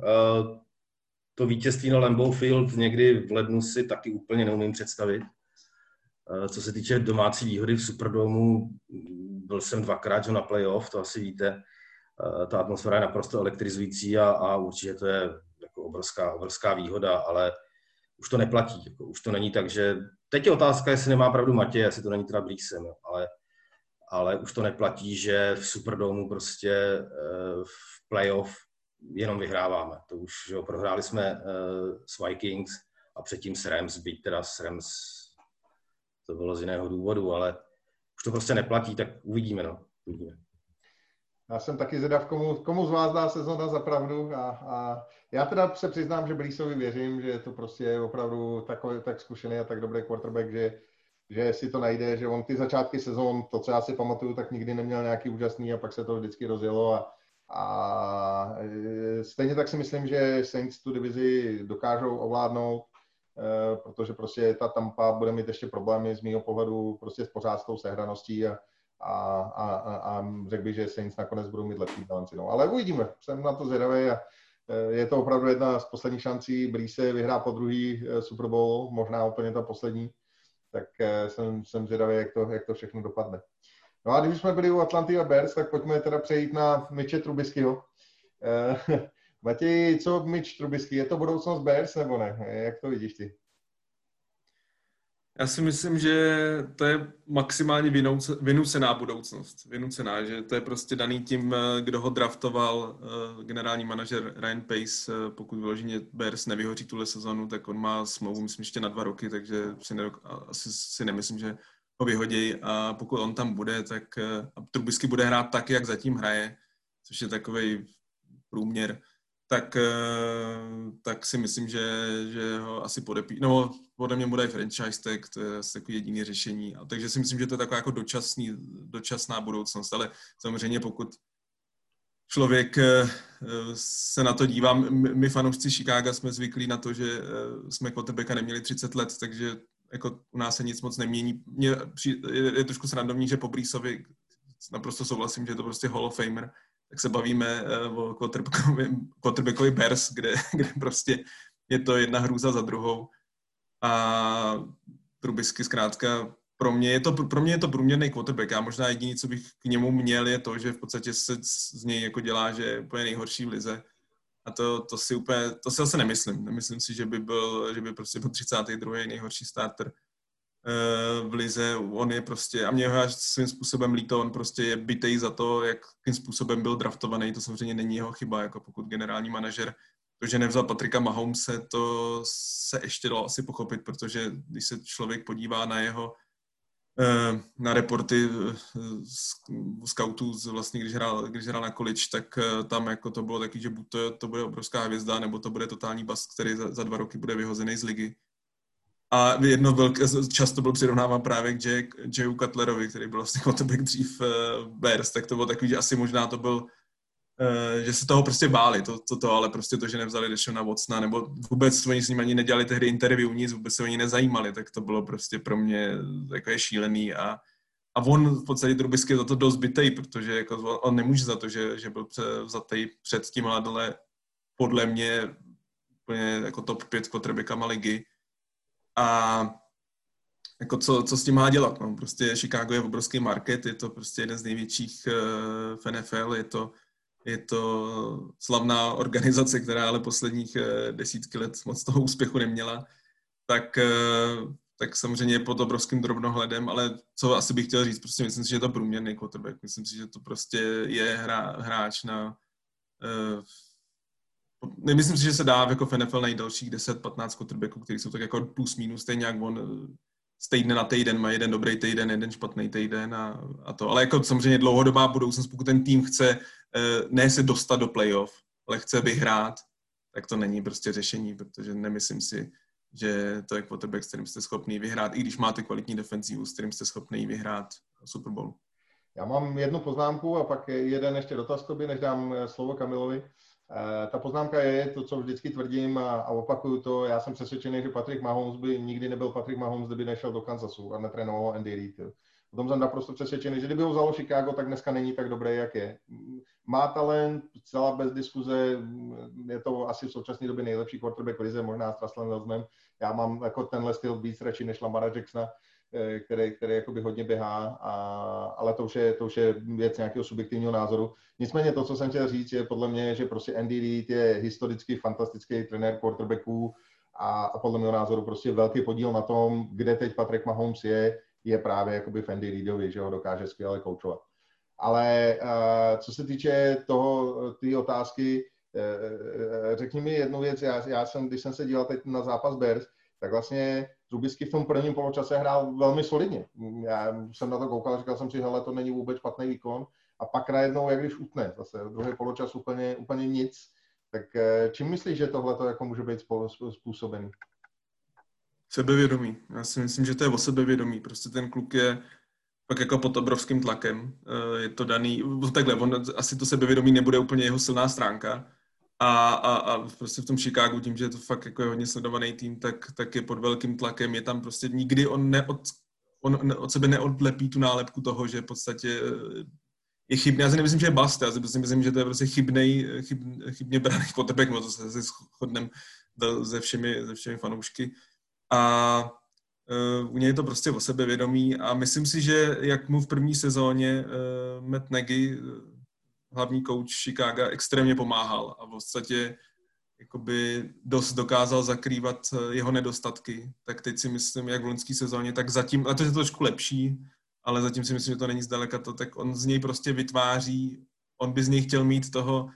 to vítězství na Lambeau Field někdy v lednu si taky úplně neumím představit. Uh, co se týče domácí výhody v Superdomu, byl jsem dvakrát na playoff, to asi víte. Uh, ta atmosféra je naprosto elektrizující a, a určitě to je jako obrovská, obrovská výhoda, ale už to neplatí. Jako, už to není tak, že... Teď je otázka, jestli nemá pravdu Matěj, jestli to není teda Breesem, ale, ale už to neplatí, že v Superdomu prostě uh, v playoff jenom vyhráváme. To už, že jo, prohráli jsme uh, s Vikings a předtím s Rams, byť teda s Rams to bylo z jiného důvodu, ale už to prostě neplatí, tak uvidíme, no. Uvidíme. Já jsem taky zvědav, komu, komu z vás dá sezona za pravdu a, a já teda se přiznám, že Breesovi věřím, že je to prostě opravdu takový, tak zkušený a tak dobrý quarterback, že, že si to najde, že on ty začátky sezon, to, co já si pamatuju, tak nikdy neměl nějaký úžasný a pak se to vždycky rozjelo a, a stejně tak si myslím, že Saints tu divizi dokážou ovládnout, protože prostě ta Tampa bude mít ještě problémy z mýho pohledu prostě pořád s tou sehraností a A, a, a řekl bych, že Saints nakonec budou mít lepší bilanci. No, ale uvidíme, jsem na to zvědavý a je to opravdu jedna z posledních šancí. Breese vyhrá po druhý Super Bowl, možná úplně ta poslední, tak jsem, jsem zvědavý, jak to, jak to všechno dopadne. No a když jsme byli u Atlanty a Bears, tak pojďme teda přejít na Mitche Trubiskyho. Matěj, co Mitch Trubisky? Je to budoucnost Bears nebo ne? Jak to vidíš ty? Já si myslím, že to je maximálně vynucená budoucnost. Vynucená, že to je prostě daný tím, kdo ho draftoval, generální manažer Ryan Pace. Pokud vyloženě Bears nevyhoří tuhle sezonu, tak on má smlouvu, myslím, ještě na dva roky, takže si nedok- asi si nemyslím, že ho vyhodí. A pokud on tam bude, tak a Trubisky bude hrát tak, jak zatím hraje, což je takovej průměr, tak, tak si myslím, že, že ho asi podepí. No, podle mě bude franchise tag, to je asi takový jediný řešení. A takže si myslím, že to je taková jako dočasný, dočasná budoucnost. Ale samozřejmě pokud člověk se na to dívá, my fanoušci Chicaga jsme zvyklí na to, že jsme quarterbacka neměli třicet let, takže jako u nás se nic moc nemění. Mě je, je trošku srandovní, že po Breesovi naprosto souhlasím, že je to prostě Hall of Famer, tak se bavíme o quarterbackovi Bears, kde, kde prostě je to jedna hrůza za druhou. A Trubisky zkrátka, pro mě je to, pro mě je to průměrný quarterback. Já možná jediný, co bych k němu měl, je to, že v podstatě se z něj jako dělá, že je úplně nejhorší v lize. A to, to si úplně, to si asi nemyslím. Nemyslím si, že by byl, že by prostě byl třicátý druhý nejhorší starter v lize. On je prostě, a mě ho svým způsobem líto, on prostě je bitej za to, jakým způsobem byl draftovaný. To samozřejmě není jeho chyba, jako pokud generální manažer to, že nevzal Patricka Mahomese, to se ještě dalo asi pochopit, protože když se člověk podívá na jeho na reporty scoutů, vlastně když hrál, když hrál na college, tak tam jako to bylo taky, že buď to, to bude obrovská hvězda, nebo to bude totální bust, který za, za dva roky bude vyhozený z ligy. A jedno velké, často byl přirovnáván právě k Jay, Jayu Cutlerovi, který byl vlastně quarterback dřív uh, Bears, tak to bylo takový, že asi možná to byl, uh, že se toho prostě báli, to, to, to, ale prostě to, že nevzali Deshona Watsona, nebo vůbec oni s ním ani nedělali tehdy interview, nic, vůbec se oni nezajímali, tak to bylo prostě pro mě jako je šílený a, a on v podstatě Trubisky je za to dost bitej, protože jako on nemůže za to, že, že byl vzatej před tím, ale podle mě úplně jako top pět quarterbackama ligy. A jako co, co s tím má dělat? No, prostě Chicago je obrovský market, je to prostě jeden z největších uh, v N F L, je to, je to slavná organizace, která ale posledních uh, desítky let moc toho úspěchu neměla, tak, uh, tak samozřejmě je pod obrovským drobnohledem, ale co asi bych chtěl říct, prostě myslím si, že je to průměrný quarterback, myslím si, že to prostě je hra, hráč na... Uh, Nemyslím si, že se dá jako v N F L najít dalších deset patnáct quarterbacků, kteří jsou tak jako plus minus stejně jak on z týdne na týden, má jeden dobrý týden, jeden špatný týden a, a to. Ale jako samozřejmě dlouhodobá budoucnost, pokud ten tým chce ne se dostat do playoff, ale chce vyhrát, tak to není prostě řešení, protože nemyslím si, že to je quarterback, s kterým jste schopný vyhrát, i když máte kvalitní defenzivu, s kterým jste schopný vyhrát Super Bowl. Já mám jednu poznámku a pak jeden ještě dotaz k tobě, než dám slovo Kamilovi. Uh, ta poznámka je to, co vždycky tvrdím a, a opakuju to. Já jsem přesvědčený, že Patrick Mahomes by nikdy nebyl Patrick Mahomes, kdyby nešel do Kansasu a netrénoval Andy Reid. O tom jsem naprosto přesvědčený, že kdyby ho vzalo Chicago, tak dneska není tak dobrý, jak je. Má talent, celá bez diskuze, je to asi v současné době nejlepší quarterback lize, možná s Russellem Wilsonem. Já mám jako tenhle styl víc radši než Lamara Jacksona, který, který jakoby hodně běhá, a, ale to už, je, to už je věc nějakého subjektivního názoru. Nicméně to, co jsem chtěl říct, je podle mě, že prostě Andy Reid je historicky fantastický trenér quarterbacků a, a podle mého názoru prostě velký podíl na tom, kde teď Patrick Mahomes je, je právě jakoby v Andy Reidovi, že ho dokáže skvěle koučovat. Ale uh, co se týče toho, té otázky, uh, řekni mi jednu věc, já, já jsem, když jsem se díval teď na zápas Bears, tak vlastně Trubisky v tom prvním poločase hrál velmi solidně. Já jsem na to koukal a říkal jsem si, hele, to není vůbec špatný výkon. A pak najednou, jak když utne, zase druhý poločas úplně, úplně nic. Tak čím myslíš, že tohle jako může být způsobený? Sebevědomí. Já si myslím, že to je o sebevědomí. Prostě ten kluk je pak jako pod obrovským tlakem. Je to daný, takhle, on, asi to sebevědomí nebude úplně jeho silná stránka. A, a, a prostě v tom Chicagu, tím, že je to fakt jako je hodně sledovaný tým, tak, tak je pod velkým tlakem. Je tam prostě nikdy on, neod, on od sebe neodlepí tu nálepku toho, že v podstatě je chybný. Já si nemyslím, že je bust, já si prostě myslím, že to je prostě chybnej, chyb, chybně braný quarterback, no to se, se shodneme se všemi, se všemi fanoušky. A uh, u něj je to prostě o sebevědomí a myslím si, že jak mu v první sezóně uh, Matt Nagy, hlavní kouč Chicaga, extrémně pomáhal a v podstatě jakoby dost dokázal zakrývat jeho nedostatky, tak teď si myslím, jak v loňské sezóně, tak zatím, a to je to trošku lepší, ale zatím si myslím, že to není zdaleka to, tak on z něj prostě vytváří, on by z něj chtěl mít toho,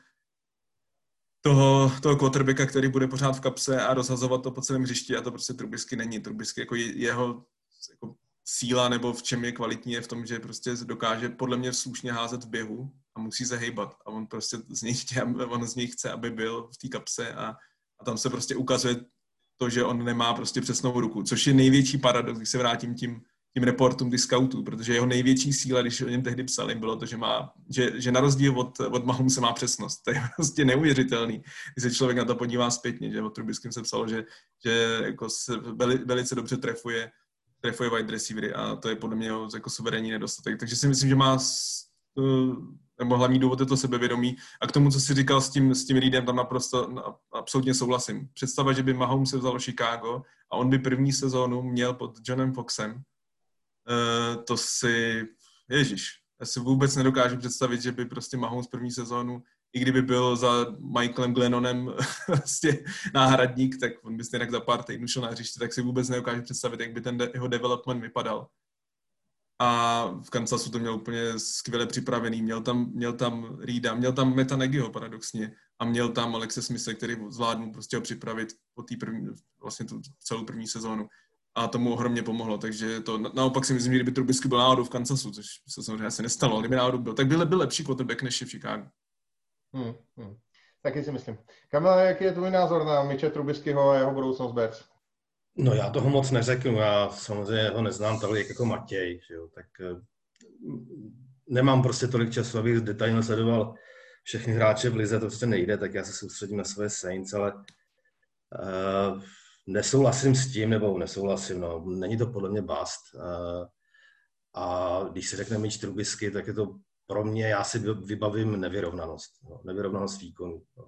toho, toho quarterbacka, který bude pořád v kapse a rozhazovat to po celém hřišti a to prostě Trubisky není. Trubisky jako jeho jako síla nebo v čem je kvalitní je v tom, že prostě dokáže podle mě slušně házet v běhu a musí se hejbat a on prostě z něj chce, on z něj chce, aby byl v té kapse a, a tam se prostě ukazuje to, že on nemá prostě přesnou ruku, což je největší paradox, když se vrátím tím, tím reportům těch scoutů, protože jeho největší síla, když o něm tehdy psali, bylo to, že má, že, že na rozdíl od, od Mahomese má přesnost. To je prostě neuvěřitelný, když se člověk na to podívá zpětně, že o Trubiskym se psalo, že, že jako se veli, velice dobře trefuje, trefuje wide receivery a to je podle mě jako suverénní nedostatek. Takže si myslím, že má nebo hlavní důvod je to sebevědomí. A k tomu, co jsi říkal s tím, s tím Reedem, tam naprosto absolutně souhlasím. Představa, že by Mahomes se vzal Chicago a on by první sezónu měl pod Johnem Foxem, to si, ježiš, já si vůbec nedokážu představit, že by prostě Mahomes první sezónu, i kdyby byl za Michaelem Glennonem prostě náhradník, tak on by stejně za pár týdnů šel na hřiště, tak si vůbec nedokážu představit, jak by ten jeho development vypadal. A v Kansasu to měl úplně skvěle připravený. Měl tam, měl tam Reeda, měl tam Meta Nagyho paradoxně a měl tam Alexe Smithe, který zvládnul prostě ho připravit po té první, vlastně tu celou první sezónu. A tomu ohromně pomohlo, takže to naopak si myslím, že kdyby Trubisky byl náhodou v Kansasu, což se samozřejmě asi nestalo, ale kdyby náhodou byl, tak byl, byl lepší quarterback než je v Chicagu. Hmm, hmm. Taky si myslím. Kamila, jaký je tvůj názor na Mitche Trubiskyho a jeho budoucnost Bears? No já toho moc neřeknu, já samozřejmě ho neznám tolik jako Matěj, že jo, tak nemám prostě tolik času, abych detailně sledoval všechny hráče v lize, to prostě nejde, tak já se soustředím na své Saints, ale uh, nesouhlasím s tím, nebo nesouhlasím, no, není to podle mě bust. Uh, a když se řekne Mitch Trubisky, tak je to pro mě, já si vybavím nevyrovnanost, no, nevyrovnanost výkonu. No.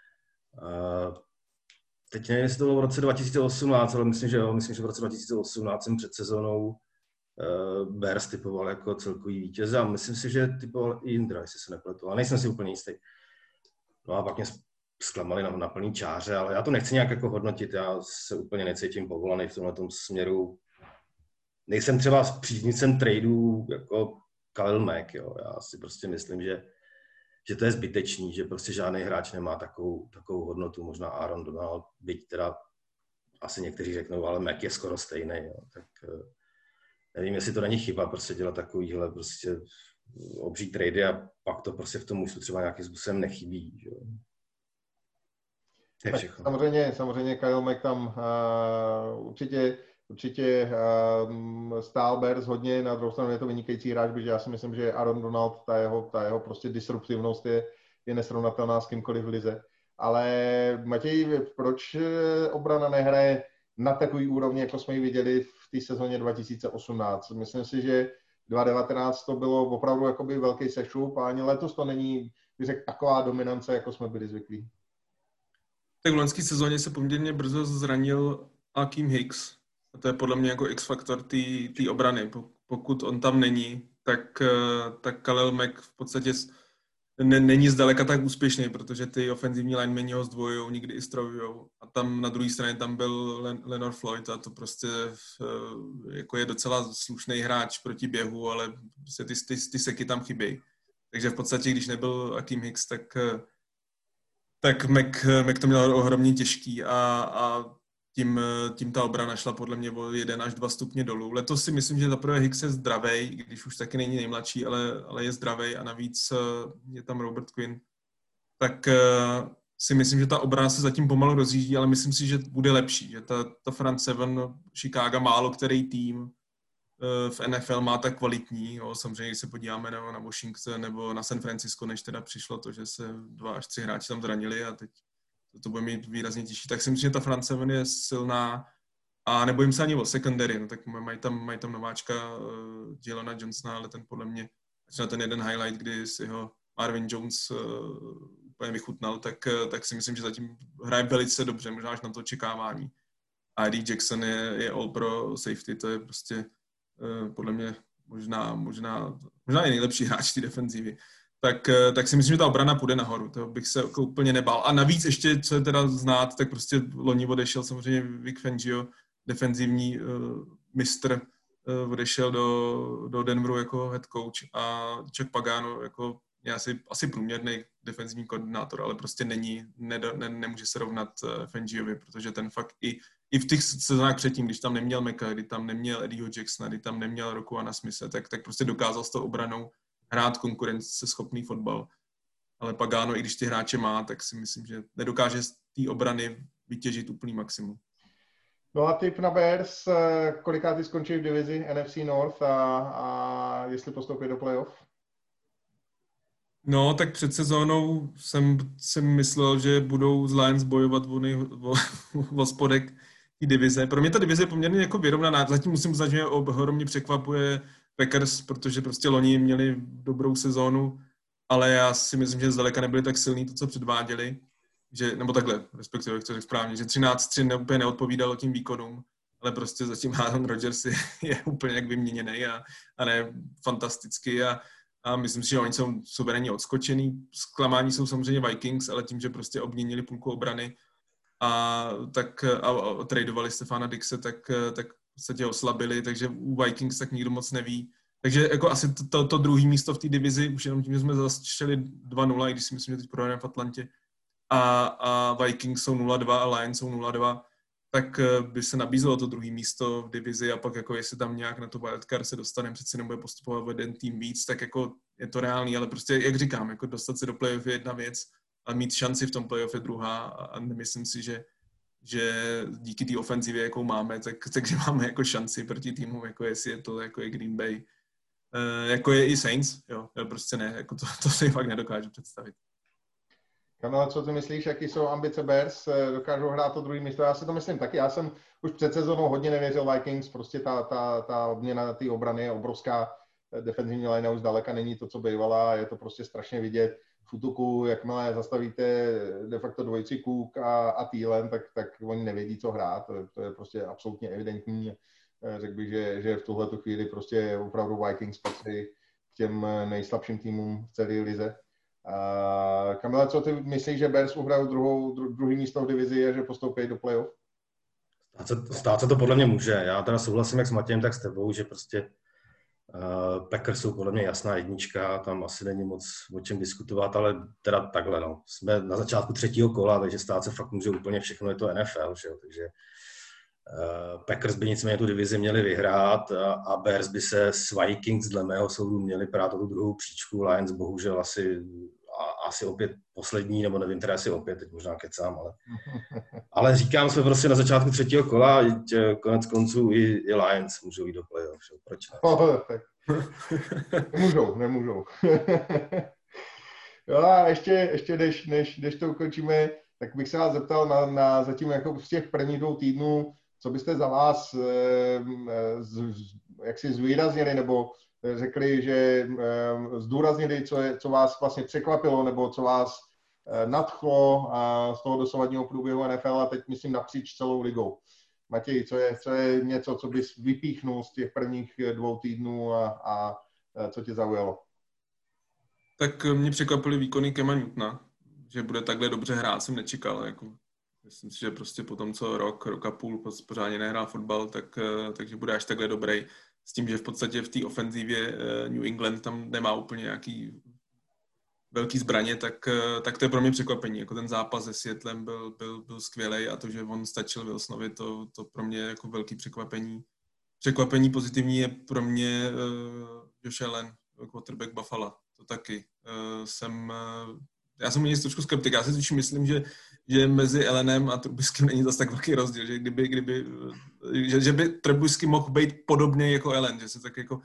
Uh, Teď nevím, jestli to bylo v roce dva tisíce osmnáct, ale myslím, že jo, myslím, že v roce dva tisíce osmnáct jsem před sezónou uh, Bears typoval jako celkový vítěz a myslím si, že typoval i Indra, jestli se nepletu, ale nejsem si úplně jistý. No a pak mě zklamali na, na plný čáře, ale já to nechci nějak jako hodnotit, já se úplně necítím povolaný v tomhle směru. Nejsem třeba příznivcem tradeů jako Khalil Mack, jo, já si prostě myslím, že že to je zbytečný, že prostě žádný hráč nemá takovou, takovou hodnotu, možná Aaron Donald, byť teda asi někteří řeknou, ale Mac je skoro stejný, jo. Tak nevím, jestli to není chyba prostě dělat takovýhle prostě obří trady a pak to prostě v tom mužstvu třeba nějakým způsobem nechybí, že? To je všechno. Samozřejmě, samozřejmě Khalil Mack tam uh, určitě Určitě um, stál Bears hodně, na druhou stranu je to vynikající hráč, protože já si myslím, že Aaron Donald, ta jeho, ta jeho prostě disruptivnost je, je nesrovnatelná s kýmkoliv v lize. Ale Matěj, proč obrana nehraje na takový úrovni, jako jsme ji viděli v té sezóně dva tisíce osmnáct? Myslím si, že dva tisíce devatenáct to bylo opravdu jakoby velký sešup a ani letos to není, bych řekl, taková dominance, jako jsme byli zvyklí. Tak v loňské sezóně se poměrně brzo zranil Akeem Hicks. A to je podle mě jako X-faktor té obrany. Pokud on tam není, tak, tak Khalil Mack v podstatě ne, není zdaleka tak úspěšný, protože ty ofenzivní linemeni ho zdvojujou, někdy i strojujou. A tam na druhé straně tam byl Len, Leonard Floyd a to prostě jako je docela slušný hráč proti běhu, ale prostě ty, ty, ty seky tam chybějí. Takže v podstatě, když nebyl Akeem Hicks, tak, tak Mac, Mac to měl ohromně těžký a, a Tím, tím ta obrana šla podle mě o jeden až dva stupně dolů. Letos si myslím, že zaprvé Hicks je zdravej, když už taky není nejmladší, ale, ale je zdravej a navíc je tam Robert Quinn. Tak si myslím, že ta obrana se zatím pomalu rozjíždí, ale myslím si, že bude lepší. Že ta, ta front seven Chicago, málo který tým v N F L má tak kvalitní. Jo. Samozřejmě, když se podíváme na, na Washington nebo na San Francisco, než teda přišlo to, že se dva až tři hráči tam zranili a teď to, to bude mít výrazně těžší. Tak si myslím, že ta front seven je silná a nebojím se ani o secondary, no, tak mají tam, mají tam nováčka uh, Jelona Johnsona, ale ten podle mě, na ten jeden highlight, kdy si ho Marvin Jones uh, úplně vychutnal, tak, uh, tak si myslím, že zatím hraje velice dobře, možná až na to očekávání. A Eddie Jackson je, je all pro safety, to je prostě uh, podle mě možná, možná, možná je nejlepší hráč té defenzívy. Tak, tak si myslím, že ta obrana půjde nahoru. To bych se jako úplně nebál. A navíc ještě, co je teda znát, tak prostě loni odešel samozřejmě Vic Fangio, defenzivní uh, mistr, uh, odešel do, do Denveru jako head coach a Chuck Pagano jako je asi, asi průměrný defenzivní koordinátor, ale prostě není, ne, ne, nemůže se rovnat uh, Fangiovi, protože ten fakt i, i v těch sezónách předtím, když tam neměl Mecca, kdy tam neměl Eddieho Jacksona, kdy tam neměl Roquana Smithe, tak, tak prostě dokázal s tou obranou hrát konkurenceschopný fotbal. Ale Pagano, i když ty hráče má, tak si myslím, že nedokáže z té obrany vytěžit úplný maximum. No a tip na Bears, kolikátý skončí v divizi N F C North a, a jestli postoupí do playoff? No, tak před sezónou jsem, jsem myslel, že budou z Lions bojovat o, nej, o, o spodek té divize. Pro mě ta divize je poměrně jako vyrovnaná. Zatím musím uznat, že mě ohromně překvapuje Packers, protože prostě loni měli dobrou sezónu, ale já si myslím, že zdaleka nebyli tak silní to, co předváděli, že, nebo takhle, respektive, jak to řekl správně, že třináct tři ne, úplně neodpovídalo tím výkonům, ale prostě zatím Aaron Rodgers je, je úplně jak vyměněný a, a ne fantasticky a, a myslím si, že oni jsou suverénně odskočený. Zklamání jsou samozřejmě Vikings, ale tím, že prostě obměnili půlku obrany a tak a, a tradovali Stefana Dixe, tak, tak v podstatě oslabili, takže u Vikings tak nikdo moc neví. Takže jako asi to, to, to druhé místo v té divizi, už jenom tím, že jsme zaštěli dva nula, i když si myslím, že teď prohrajeme v Atlantě, a, a Vikings jsou nula dva a Lions jsou nula dva, tak by se nabízelo to druhé místo v divizi a pak jako jestli tam nějak na to wildcard se dostaneme, přeci nebude postupovat o jeden tým víc, tak jako je to reálný, ale prostě, jak říkám, jako dostat se do playoff je jedna věc a mít šanci v tom playoff je druhá a nemyslím si, že, že díky té ofenzivě, jakou máme, tak, takže máme jako šanci proti týmům, jako jestli je to jako je Green Bay, uh, jako je i Saints, jo, prostě ne, jako to, to si fakt nedokážu představit. Kamila, co ty myslíš, jaký jsou ambice Bears? Dokážou hrát to druhé místo? Já si to myslím taky. Já jsem už před sezónou hodně nevěřil Vikings. Prostě ta, ta, ta obměna té obrany je obrovská. Defenzivní line už zdaleka není to, co bývala. Je to prostě strašně vidět. V útoku, jakmile zastavíte de facto dvojici Cook a, a Thielen, tak, tak oni nevědí, co hrát. To, to je prostě absolutně evidentní. Řekl bych, že, že v tuhletu chvíli prostě opravdu Vikings patří k těm nejslabším týmům v celé lize. Uh, Kamila, co ty myslíš, že Bears uhrajou druhou, dru, druhý místo v divizi a že postoupí do playoff? Stát se, stát se to podle mě může. Já teda souhlasím jak s Matějem, tak s tebou, že prostě uh, Packers jsou podle mě jasná jednička, tam asi není moc o čem diskutovat, ale teda takhle, no. Jsme na začátku třetího kola, takže stát se fakt může úplně všechno, je to N F L, že jo, takže uh, Packers by nicméně tu divizi měli vyhrát a, a Bears by se s Vikings dle mého soudu měli právě tu druhou příčku. Lions bohužel asi, a, asi opět poslední, nebo nevím, teda asi opět, teď možná kecám, ale, ale říkám, jsme prostě na začátku třetího kola, konec konců i, i Lions můžou jít do playoff, proč ne? Oh, tak. Nemůžou, nemůžou. Jo, a ještě, ještě než, než, než to ukončíme, tak bych se vás zeptal na, na zatím jako z těch prvních dvou týdnů, co byste za vás eh, z, jak si zvýraznili, nebo řekli, že eh, zdůraznili, co, je, co vás vlastně překvapilo, nebo co vás eh, nadchlo a z toho dosavadního průběhu N F L a teď myslím napříč celou ligou. Matěj, co je, co je něco, co bys vypíchnul z těch prvních dvou týdnů a, a co tě zaujalo? Tak mě překvapily výkony Cama Newtona, že bude takhle dobře hrát, jsem nečekal. Jako, myslím si, že prostě po tom, co rok, rok a půl pořádně nehrál fotbal, tak, takže bude až takhle dobrý. S tím, že v podstatě v té ofenzívě New England tam nemá úplně nějaký velký zbraně, tak, tak to je pro mě překvapení. Jako ten zápas se Seattlem byl, byl, byl skvělej a to, že on stačil Wilsonovi, to, to pro mě jako velký překvapení. Překvapení pozitivní je pro mě uh, Josh Allen, quarterback Buffalo. To taky. Uh, jsem, uh, já jsem u něj trošku skeptik. Já si totiž myslím, že, že mezi Allenem a Trubiskem není zase tak velký rozdíl, že kdyby, kdyby že, že by Trubisky mohl být podobný jako Allen, že se tak jako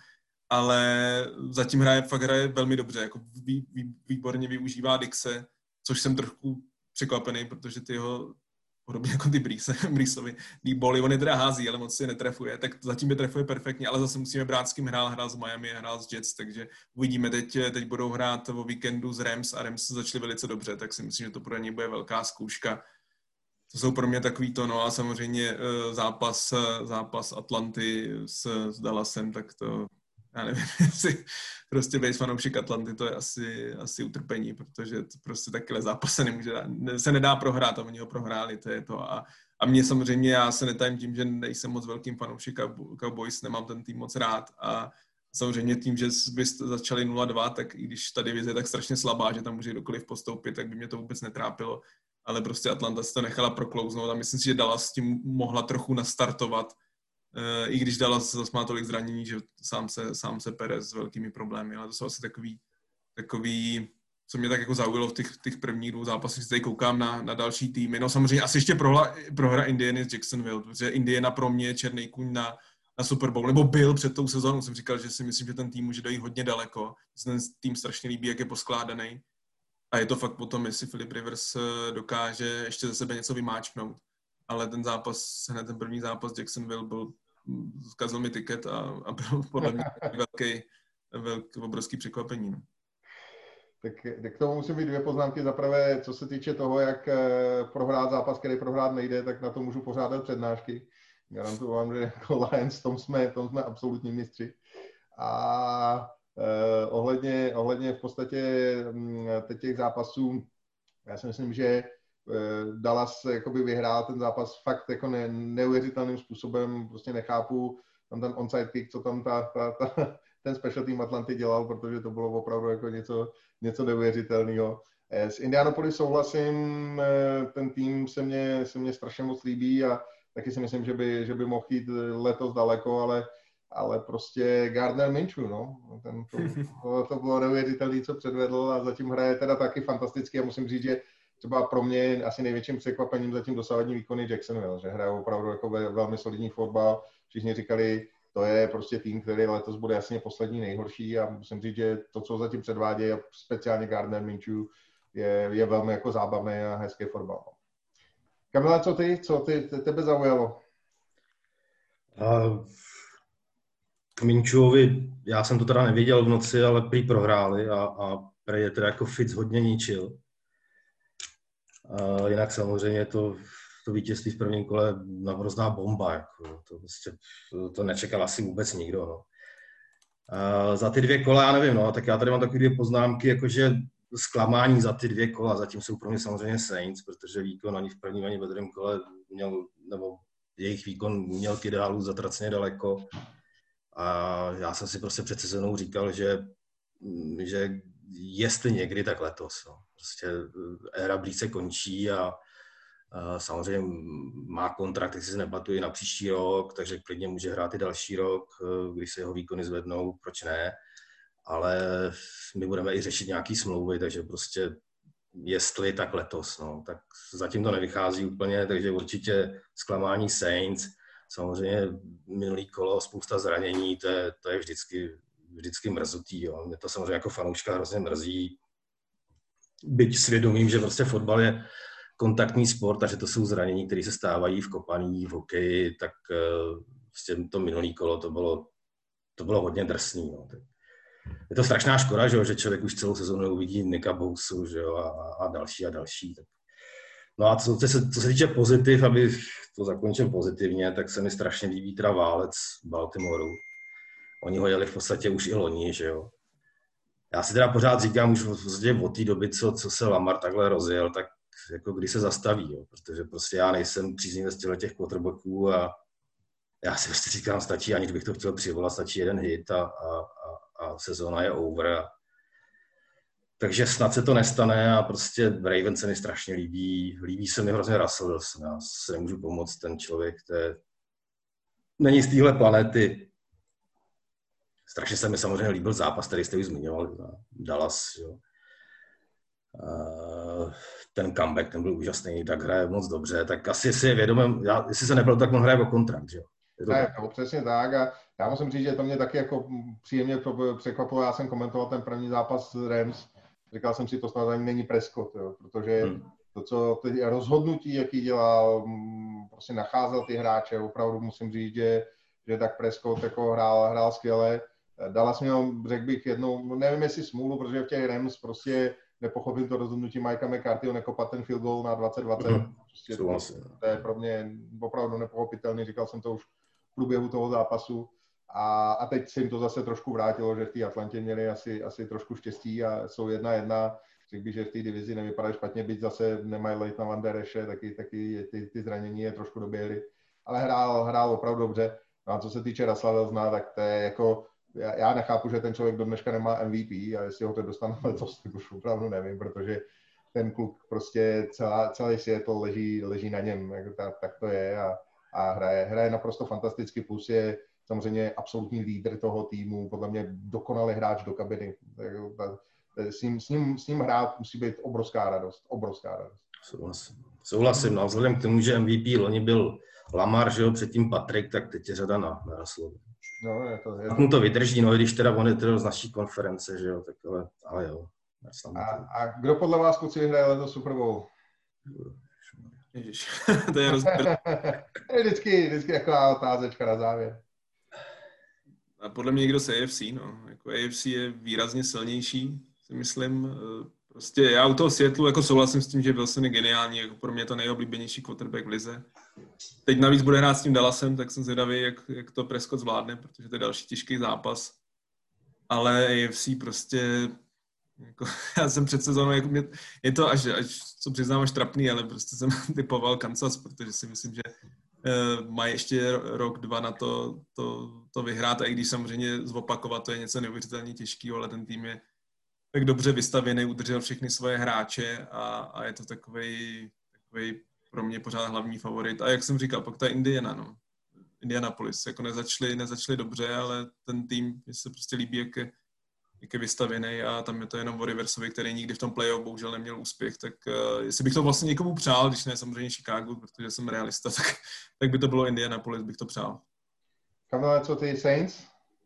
ale zatím hraje, fakt hraje velmi dobře, jako vý, vý, výborně využívá Dixe, což jsem trochu překvapený, protože ty ho podobně jako ty Breesovi, ty boli, on je teda hází, ale moc si netrefuje, tak zatím je trefuje perfektně, ale zase musíme brát, s kým hrál, hrál z Miami, hrál z Jets, takže uvidíme, teď, teď budou hrát o víkendu z Rams a Rams začali velice dobře, tak si myslím, že to pro ně bude velká zkouška. To jsou pro mě takový to, no a samozřejmě zápas, zápas Atlanty s, s Dallasem, tak to já nevím, jestli prostě být fanoušek Atlanty, to je asi, asi utrpení, protože to prostě takhle zápas se nemůže, se nedá prohrát a oni ho prohráli, to je to. A, a mě samozřejmě, já se netajím tím, že nejsem moc velkým fanoušek Cowboys, nemám ten tým moc rád a samozřejmě tím, že byste začali nula dva, tak i když ta divize je tak strašně slabá, že tam může kdokoliv postoupit, tak by mě to vůbec netrápilo, ale prostě Atlanta se to nechala proklouznout a myslím si, že Dallas s tím mohla trochu nastartovat, i když Dallas zase má tolik zranění, že sám se, sám se pere s velkými problémy, ale to jsou asi takový, takový co mě tak jako zaujalo v těch, těch prvních dvou zápasech, že tady koukám na, na další týmy. No samozřejmě asi ještě prohra, prohra Indiany z Jacksonville, protože Indiana pro mě je černý kůň na, na Super Bowl, nebo byl před tou sezónou, jsem říkal, že si myslím, že ten tým může dojít hodně daleko, že ten tým strašně líbí, jak je poskládaný a je to fakt potom, jestli Philip Rivers dokáže ještě ze sebe něco vymáčknout. Ale ten zápas, hned ten první zápas Jacksonville byl zkazil mi tiket a, a byl podle mě velký, velký, obrovský překvapení. No. Tak, tak k tomu musím být dvě poznámky. Za prvé, co se týče toho, jak prohrát zápas, který prohrát nejde, tak na to můžu pořádat přednášky. Garantuju vám, že jako Lions, tom jsme, tom jsme absolutní mistři. A eh, ohledně, ohledně v podstatě hm, teď těch zápasů, já si myslím, že eh, Dallas jakoby vyhrál ten zápas fakt jako ne, neuvěřitelným způsobem. Prostě nechápu tam ten onside kick, co tam ta, ta, ta, ten special team Atlanty dělal, protože to bylo opravdu jako něco, něco neuvěřitelného. S Indianapolis souhlasím, ten tým se mně, se mně strašně moc líbí a taky si myslím, že by, že by mohl jít letos daleko, ale, ale prostě Gardner Minshew, no. Ten, to, to, to bylo neuvěřitelné, co předvedl a zatím hraje teda taky fantasticky a musím říct, že třeba pro mě asi největším překvapením zatím dosavadní výkony Jacksonville, že hraje opravdu jako velmi solidní fotbal. Všichni říkali, to je prostě tým, který letos bude jasně poslední nejhorší a musím říct, že to, co zatím předvádějí, a speciálně Gardner Minshew, je, je velmi jako zábavný a hezký fotbal. Kamile, co ty? Co ty, tebe zaujalo? Uh, k Minšewovi, já jsem to teda nevěděl v noci, ale prý prohráli a, a prý je teda jako Fitz hodně ničil. Uh, jinak samozřejmě to, to vítězství v prvním kole naprostá bomba. Jako, to, prostě, to, to nečekal asi vůbec nikdo. No. Uh, za ty dvě kola, já nevím, no, tak já tady mám takové dvě poznámky, jakože zklamání za ty dvě kola, zatím jsou pro mě samozřejmě Saints, protože výkon ani v prvním, ani ve druhém kole měl, nebo jejich výkon měl k ideálu zatraceně daleko. A já jsem si prostě před sezónou říkal, že, že jestli někdy, tak letos. No. Prostě éra Breeze končí a, a samozřejmě má kontrakt, jestli se nepatuji na příští rok, takže klidně může hrát i další rok, když se jeho výkony zvednou, proč ne. Ale my budeme i řešit nějaký smlouvy, takže prostě jestli, tak letos. No. Tak zatím to nevychází úplně, takže určitě zklamání Saints. Samozřejmě minulý kolo, spousta zranění, to je, to je vždycky, vždycky mrzutý. Jo. Mě to samozřejmě jako fanouška hrozně mrzí. Byť svědomím, že prostě fotbal je kontaktní sport a že to jsou zranění, které se stávají v kopaní, v hokeji, tak prostě to minulý kolo to bylo, to bylo hodně drsný. No. Je to strašná škoda, že, že člověk už celou sezónu uvidí Nicka Bousu, že jo, a, a další a další. Tak. No a co, co, se, co se týče pozitiv, aby to zakončil pozitivně, tak se mi strašně líbí teda válec Baltimoreu. Oni ho jeli v podstatě už i loni, že jo. Já si teda pořád říkám už v od té doby, co, co se Lamar takhle rozjel, tak jako kdy se zastaví, jo. Protože prostě já nejsem příznivec těch quarterbacků a já si prostě říkám, stačí, aniž bych to chtěl přivolat, stačí jeden hit a, a, a sezóna je over. Takže snad se to nestane a prostě Ravens se mi strašně líbí. Líbí se mi hrozně Russell Wilson. Já se nemůžu pomoct, ten člověk, to je... není z téhle planety. Strašně se mi samozřejmě líbil zápas, který jste už zmiňovali, Dallas. Jo. Ten comeback, ten byl úžasný, tak hraje moc dobře. Tak asi si je vědomý, já, jestli se nebyl, tak on hraje o kontrakt, jo. Je to ne, tak? No, přesně tak a já musím říct, že to mě taky jako příjemně překvapilo. Já jsem komentoval ten první zápas s Rams. Říkal jsem si, to snad ani není Prescott, jo, protože hmm. to, co ty rozhodnutí, jaký dělal, prostě nacházel ty hráče, opravdu musím říct, že, že tak Prescott jako hrál, hrál skvěle. Dallas měl, řekl bych, jednou, nevím jestli smůlu, protože v těch Rams prostě nepochopil to rozhodnutí Mikea McCarthyho nekopat ten field goal na dvacet dvacet. Hmm. Prostě to, to je pro mě opravdu nepochopitelný, říkal jsem to už v průběhu toho zápasu. A, a teď se jim to zase trošku vrátilo, že v té Atlantě měli asi, asi trošku štěstí a jsou jedna jedna. Řekl bych, že v té divizi nevypadají špatně, byť zase nemají Leightona Van Der Esche, taky, taky ty, ty zranění je trošku doběhly. Ale hrál, hrál opravdu dobře. No a co se týče Russella Wilsona, tak to je jako, já, já nechápu, že ten člověk do dneška nemá M V P a jestli ho to dostane letos, tak už opravdu nevím, protože ten kluk prostě celá, celý svět leží, leží na něm, jako tak, tak to je a, a hraje, hraje naprosto fantasticky, plus je samozřejmě absolutní lídr toho týmu, podle mě dokonalý hráč do kabiny. S ním, s ním, s ním hrát musí být obrovská radost, obrovská radost. Souhlasím. Souhlasím, no vzhledem k tomu, že M V P loni byl Lamar, že jo, předtím Patrick, tak teď je řada na, na Russellovi. No, je to, je to... mu to vydrží, no, když teda on je teda z naší konference, že jo, tak ale, ale jo. A, a kdo podle vás, kluci, vyhraje letos Super Bowl? Ježiš, to je rozběr. To je vždycky, vždycky taková otázečka na závěr. A podle mě někdo z A F C, no. Jako A F C je výrazně silnější, si myslím. Prostě já u toho Seattlu jako souhlasím s tím, že Wilson je geniální, jako pro mě je to nejoblíbenější quarterback v lize. Teď navíc bude hrát s tím Dallasem, tak jsem zvědavý, jak, jak to Prescott zvládne, protože to je další těžký zápas. Ale A F C prostě, jako, já jsem před sezónou, jako mě, je to až, až, co přiznám, až trapný, ale prostě jsem typoval Kansas, protože si myslím, že uh, má ještě rok, dva na to, to, to vyhrát, a i když samozřejmě zopakovat, to je něco neuvěřitelně těžkého, ale ten tým je tak dobře vystavěný, udržel všechny svoje hráče a, a je to takovej, takovej pro mě pořád hlavní favorit. A jak jsem říkal, pak ta Indiana, no. Indianapolis, jako nezačali, nezačali dobře, ale ten tým, mi se prostě líbí, jak je, jak je vystavěný, a tam je to jenom o Riversovi, který nikdy v tom playoff bohužel neměl úspěch, tak uh, jestli bych to vlastně někomu přál, když ne samozřejmě Chicago, protože jsem realista, tak, tak by to bylo Indianapolis, bych to přál. Kamile, co ty Saints?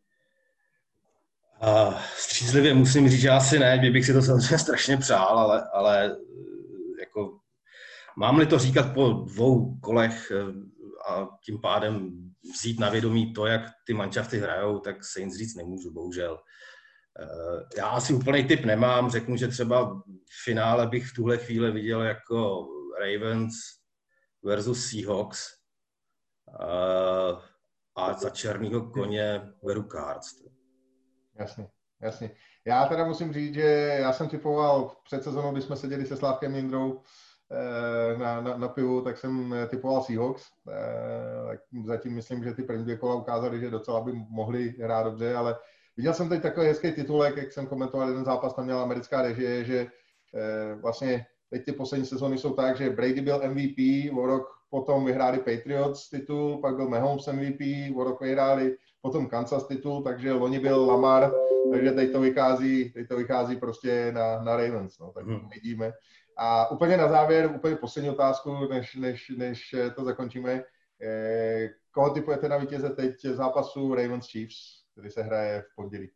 Uh, střízlivě musím říct, že asi ne, mě bych si to samozřejmě strašně přál, ale, ale jako mám-li to říkat po dvou kolech a tím pádem vzít na vědomí to, jak ty manšafty hrajou, tak Saints říct nemůžu, bohužel. Uh, já asi úplný tip nemám, řeknu, že třeba v finále bych v tuhle chvíli viděl jako Ravens versus Seahawks uh, a za černýho koně beru Cards. Jasně, jasně. Já teda musím říct, že já jsem typoval před sezónou, když jsme seděli se Slávkem Jindrou na, na, na pivu, tak jsem typoval Seahawks. Tak zatím myslím, že ty první dvě kola ukázaly, že docela by mohli hrát dobře, ale viděl jsem teď takový hezký titulek, jak jsem komentoval jeden zápas, tam měla americká režie, že vlastně teď ty poslední sezóny jsou tak, že Brady byl M V P, o rok potom vyhráli Patriots titul, pak byl Mahomes M V P, o rok vyhráli potom Kansas titul, takže loni byl Lamar, takže teď to vychází, teď to vychází prostě na, na Ravens, no, tak hmm. vidíme. A úplně na závěr, úplně poslední otázku, než, než, než to zakončíme. Eh, koho typujete na vítěze teď zápasu Ravens Chiefs, který se hraje v pondělí?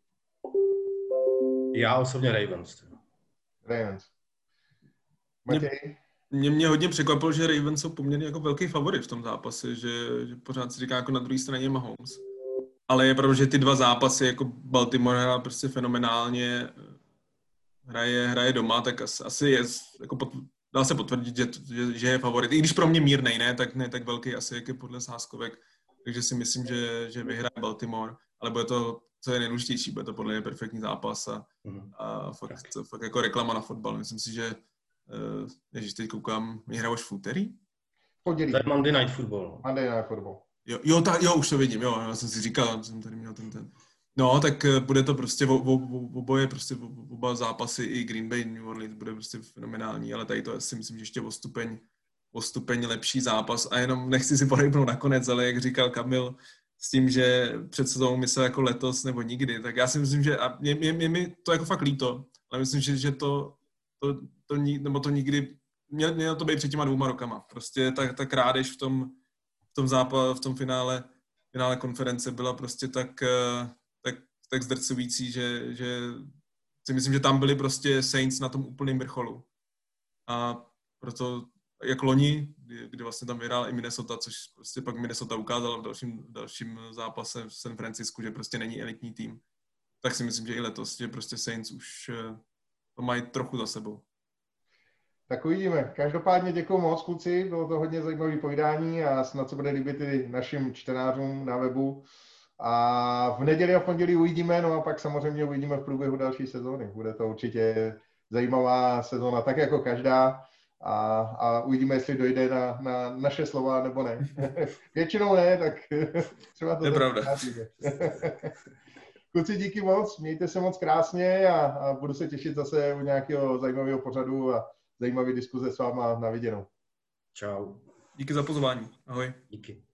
Já osobně Ravens. Ravens. Matěj? Mě, mě hodně překvapilo, že Ravens jsou poměrně jako velký favorit v tom zápase, že, že pořád si říká jako na druhé straně Mahomes. Ale je pravda, že ty dva zápasy, jako Baltimore hrál prostě fenomenálně, hraje, hraje doma, tak asi, asi je, jako pot, dá se potvrdit, že, že, že je favorit. I když pro mě mírnej, ne, tak ne tak velký asi, jak je podle sázkovek. Takže si myslím, že, že vyhraje Baltimore, ale bude to, co je nejdůležitější, bude to podle mě perfektní zápas a, a fakt, to, fakt jako reklama na fotbal. Myslím si, že uh, ježiš, teď koukám, my hrajou už v úterý? Pondělí. To je Monday Night Football. Monday Night Football. Jo, jo, ta, jo, už to vidím, jo, já jsem si říkal, jsem tady měl ten ten. No, tak bude to prostě oboje, prostě oba zápasy, i Green Bay, New Orleans bude prostě fenomenální, ale tady to si myslím, že ještě o stupeň, o stupeň lepší zápas a jenom nechci si porejpnout nakonec, ale jak říkal Kamil, s tím, že před sezónou myslel jako letos nebo nikdy, tak já si myslím, že a mě, mě, mě, mě to jako fakt líto, ale myslím, že, že to, to, to, nebo to nikdy, mělo, mělo to být před těma dvouma rokama, prostě ta, ta krádež v tom, v tom zápas, v tom finále, finále konference byla prostě tak, tak, tak zdrcující, že, že si myslím, že tam byli prostě Saints na tom úplném vrcholu. A proto, jak loni, kdy, kdy vlastně tam vyhrál i Minnesota, což prostě pak Minnesota ukázala v dalším, v dalším zápase v San Francisku, že prostě není elitní tým, tak si myslím, že i letos, že prostě Saints už to mají trochu za sebou. Tak uvidíme. Každopádně děkuji moc, kluci, bylo to hodně zajímavé povídání a snad se bude líbit i našim čtenářům na webu. A v neděli a v pondělí uvidíme, no a pak samozřejmě uvidíme v průběhu další sezóny. Bude to určitě zajímavá sezóna, tak jako každá. A, a uvidíme, jestli dojde na, na naše slova, nebo ne. Většinou ne, tak třeba to... Je pravda. Kluci, díky moc, mějte se moc krásně a, a budu se těšit zase u nějakého zajímavého pořadu a zajímavé diskuze s váma na viděnou. Čau. Díky za pozvání. Ahoj. Díky.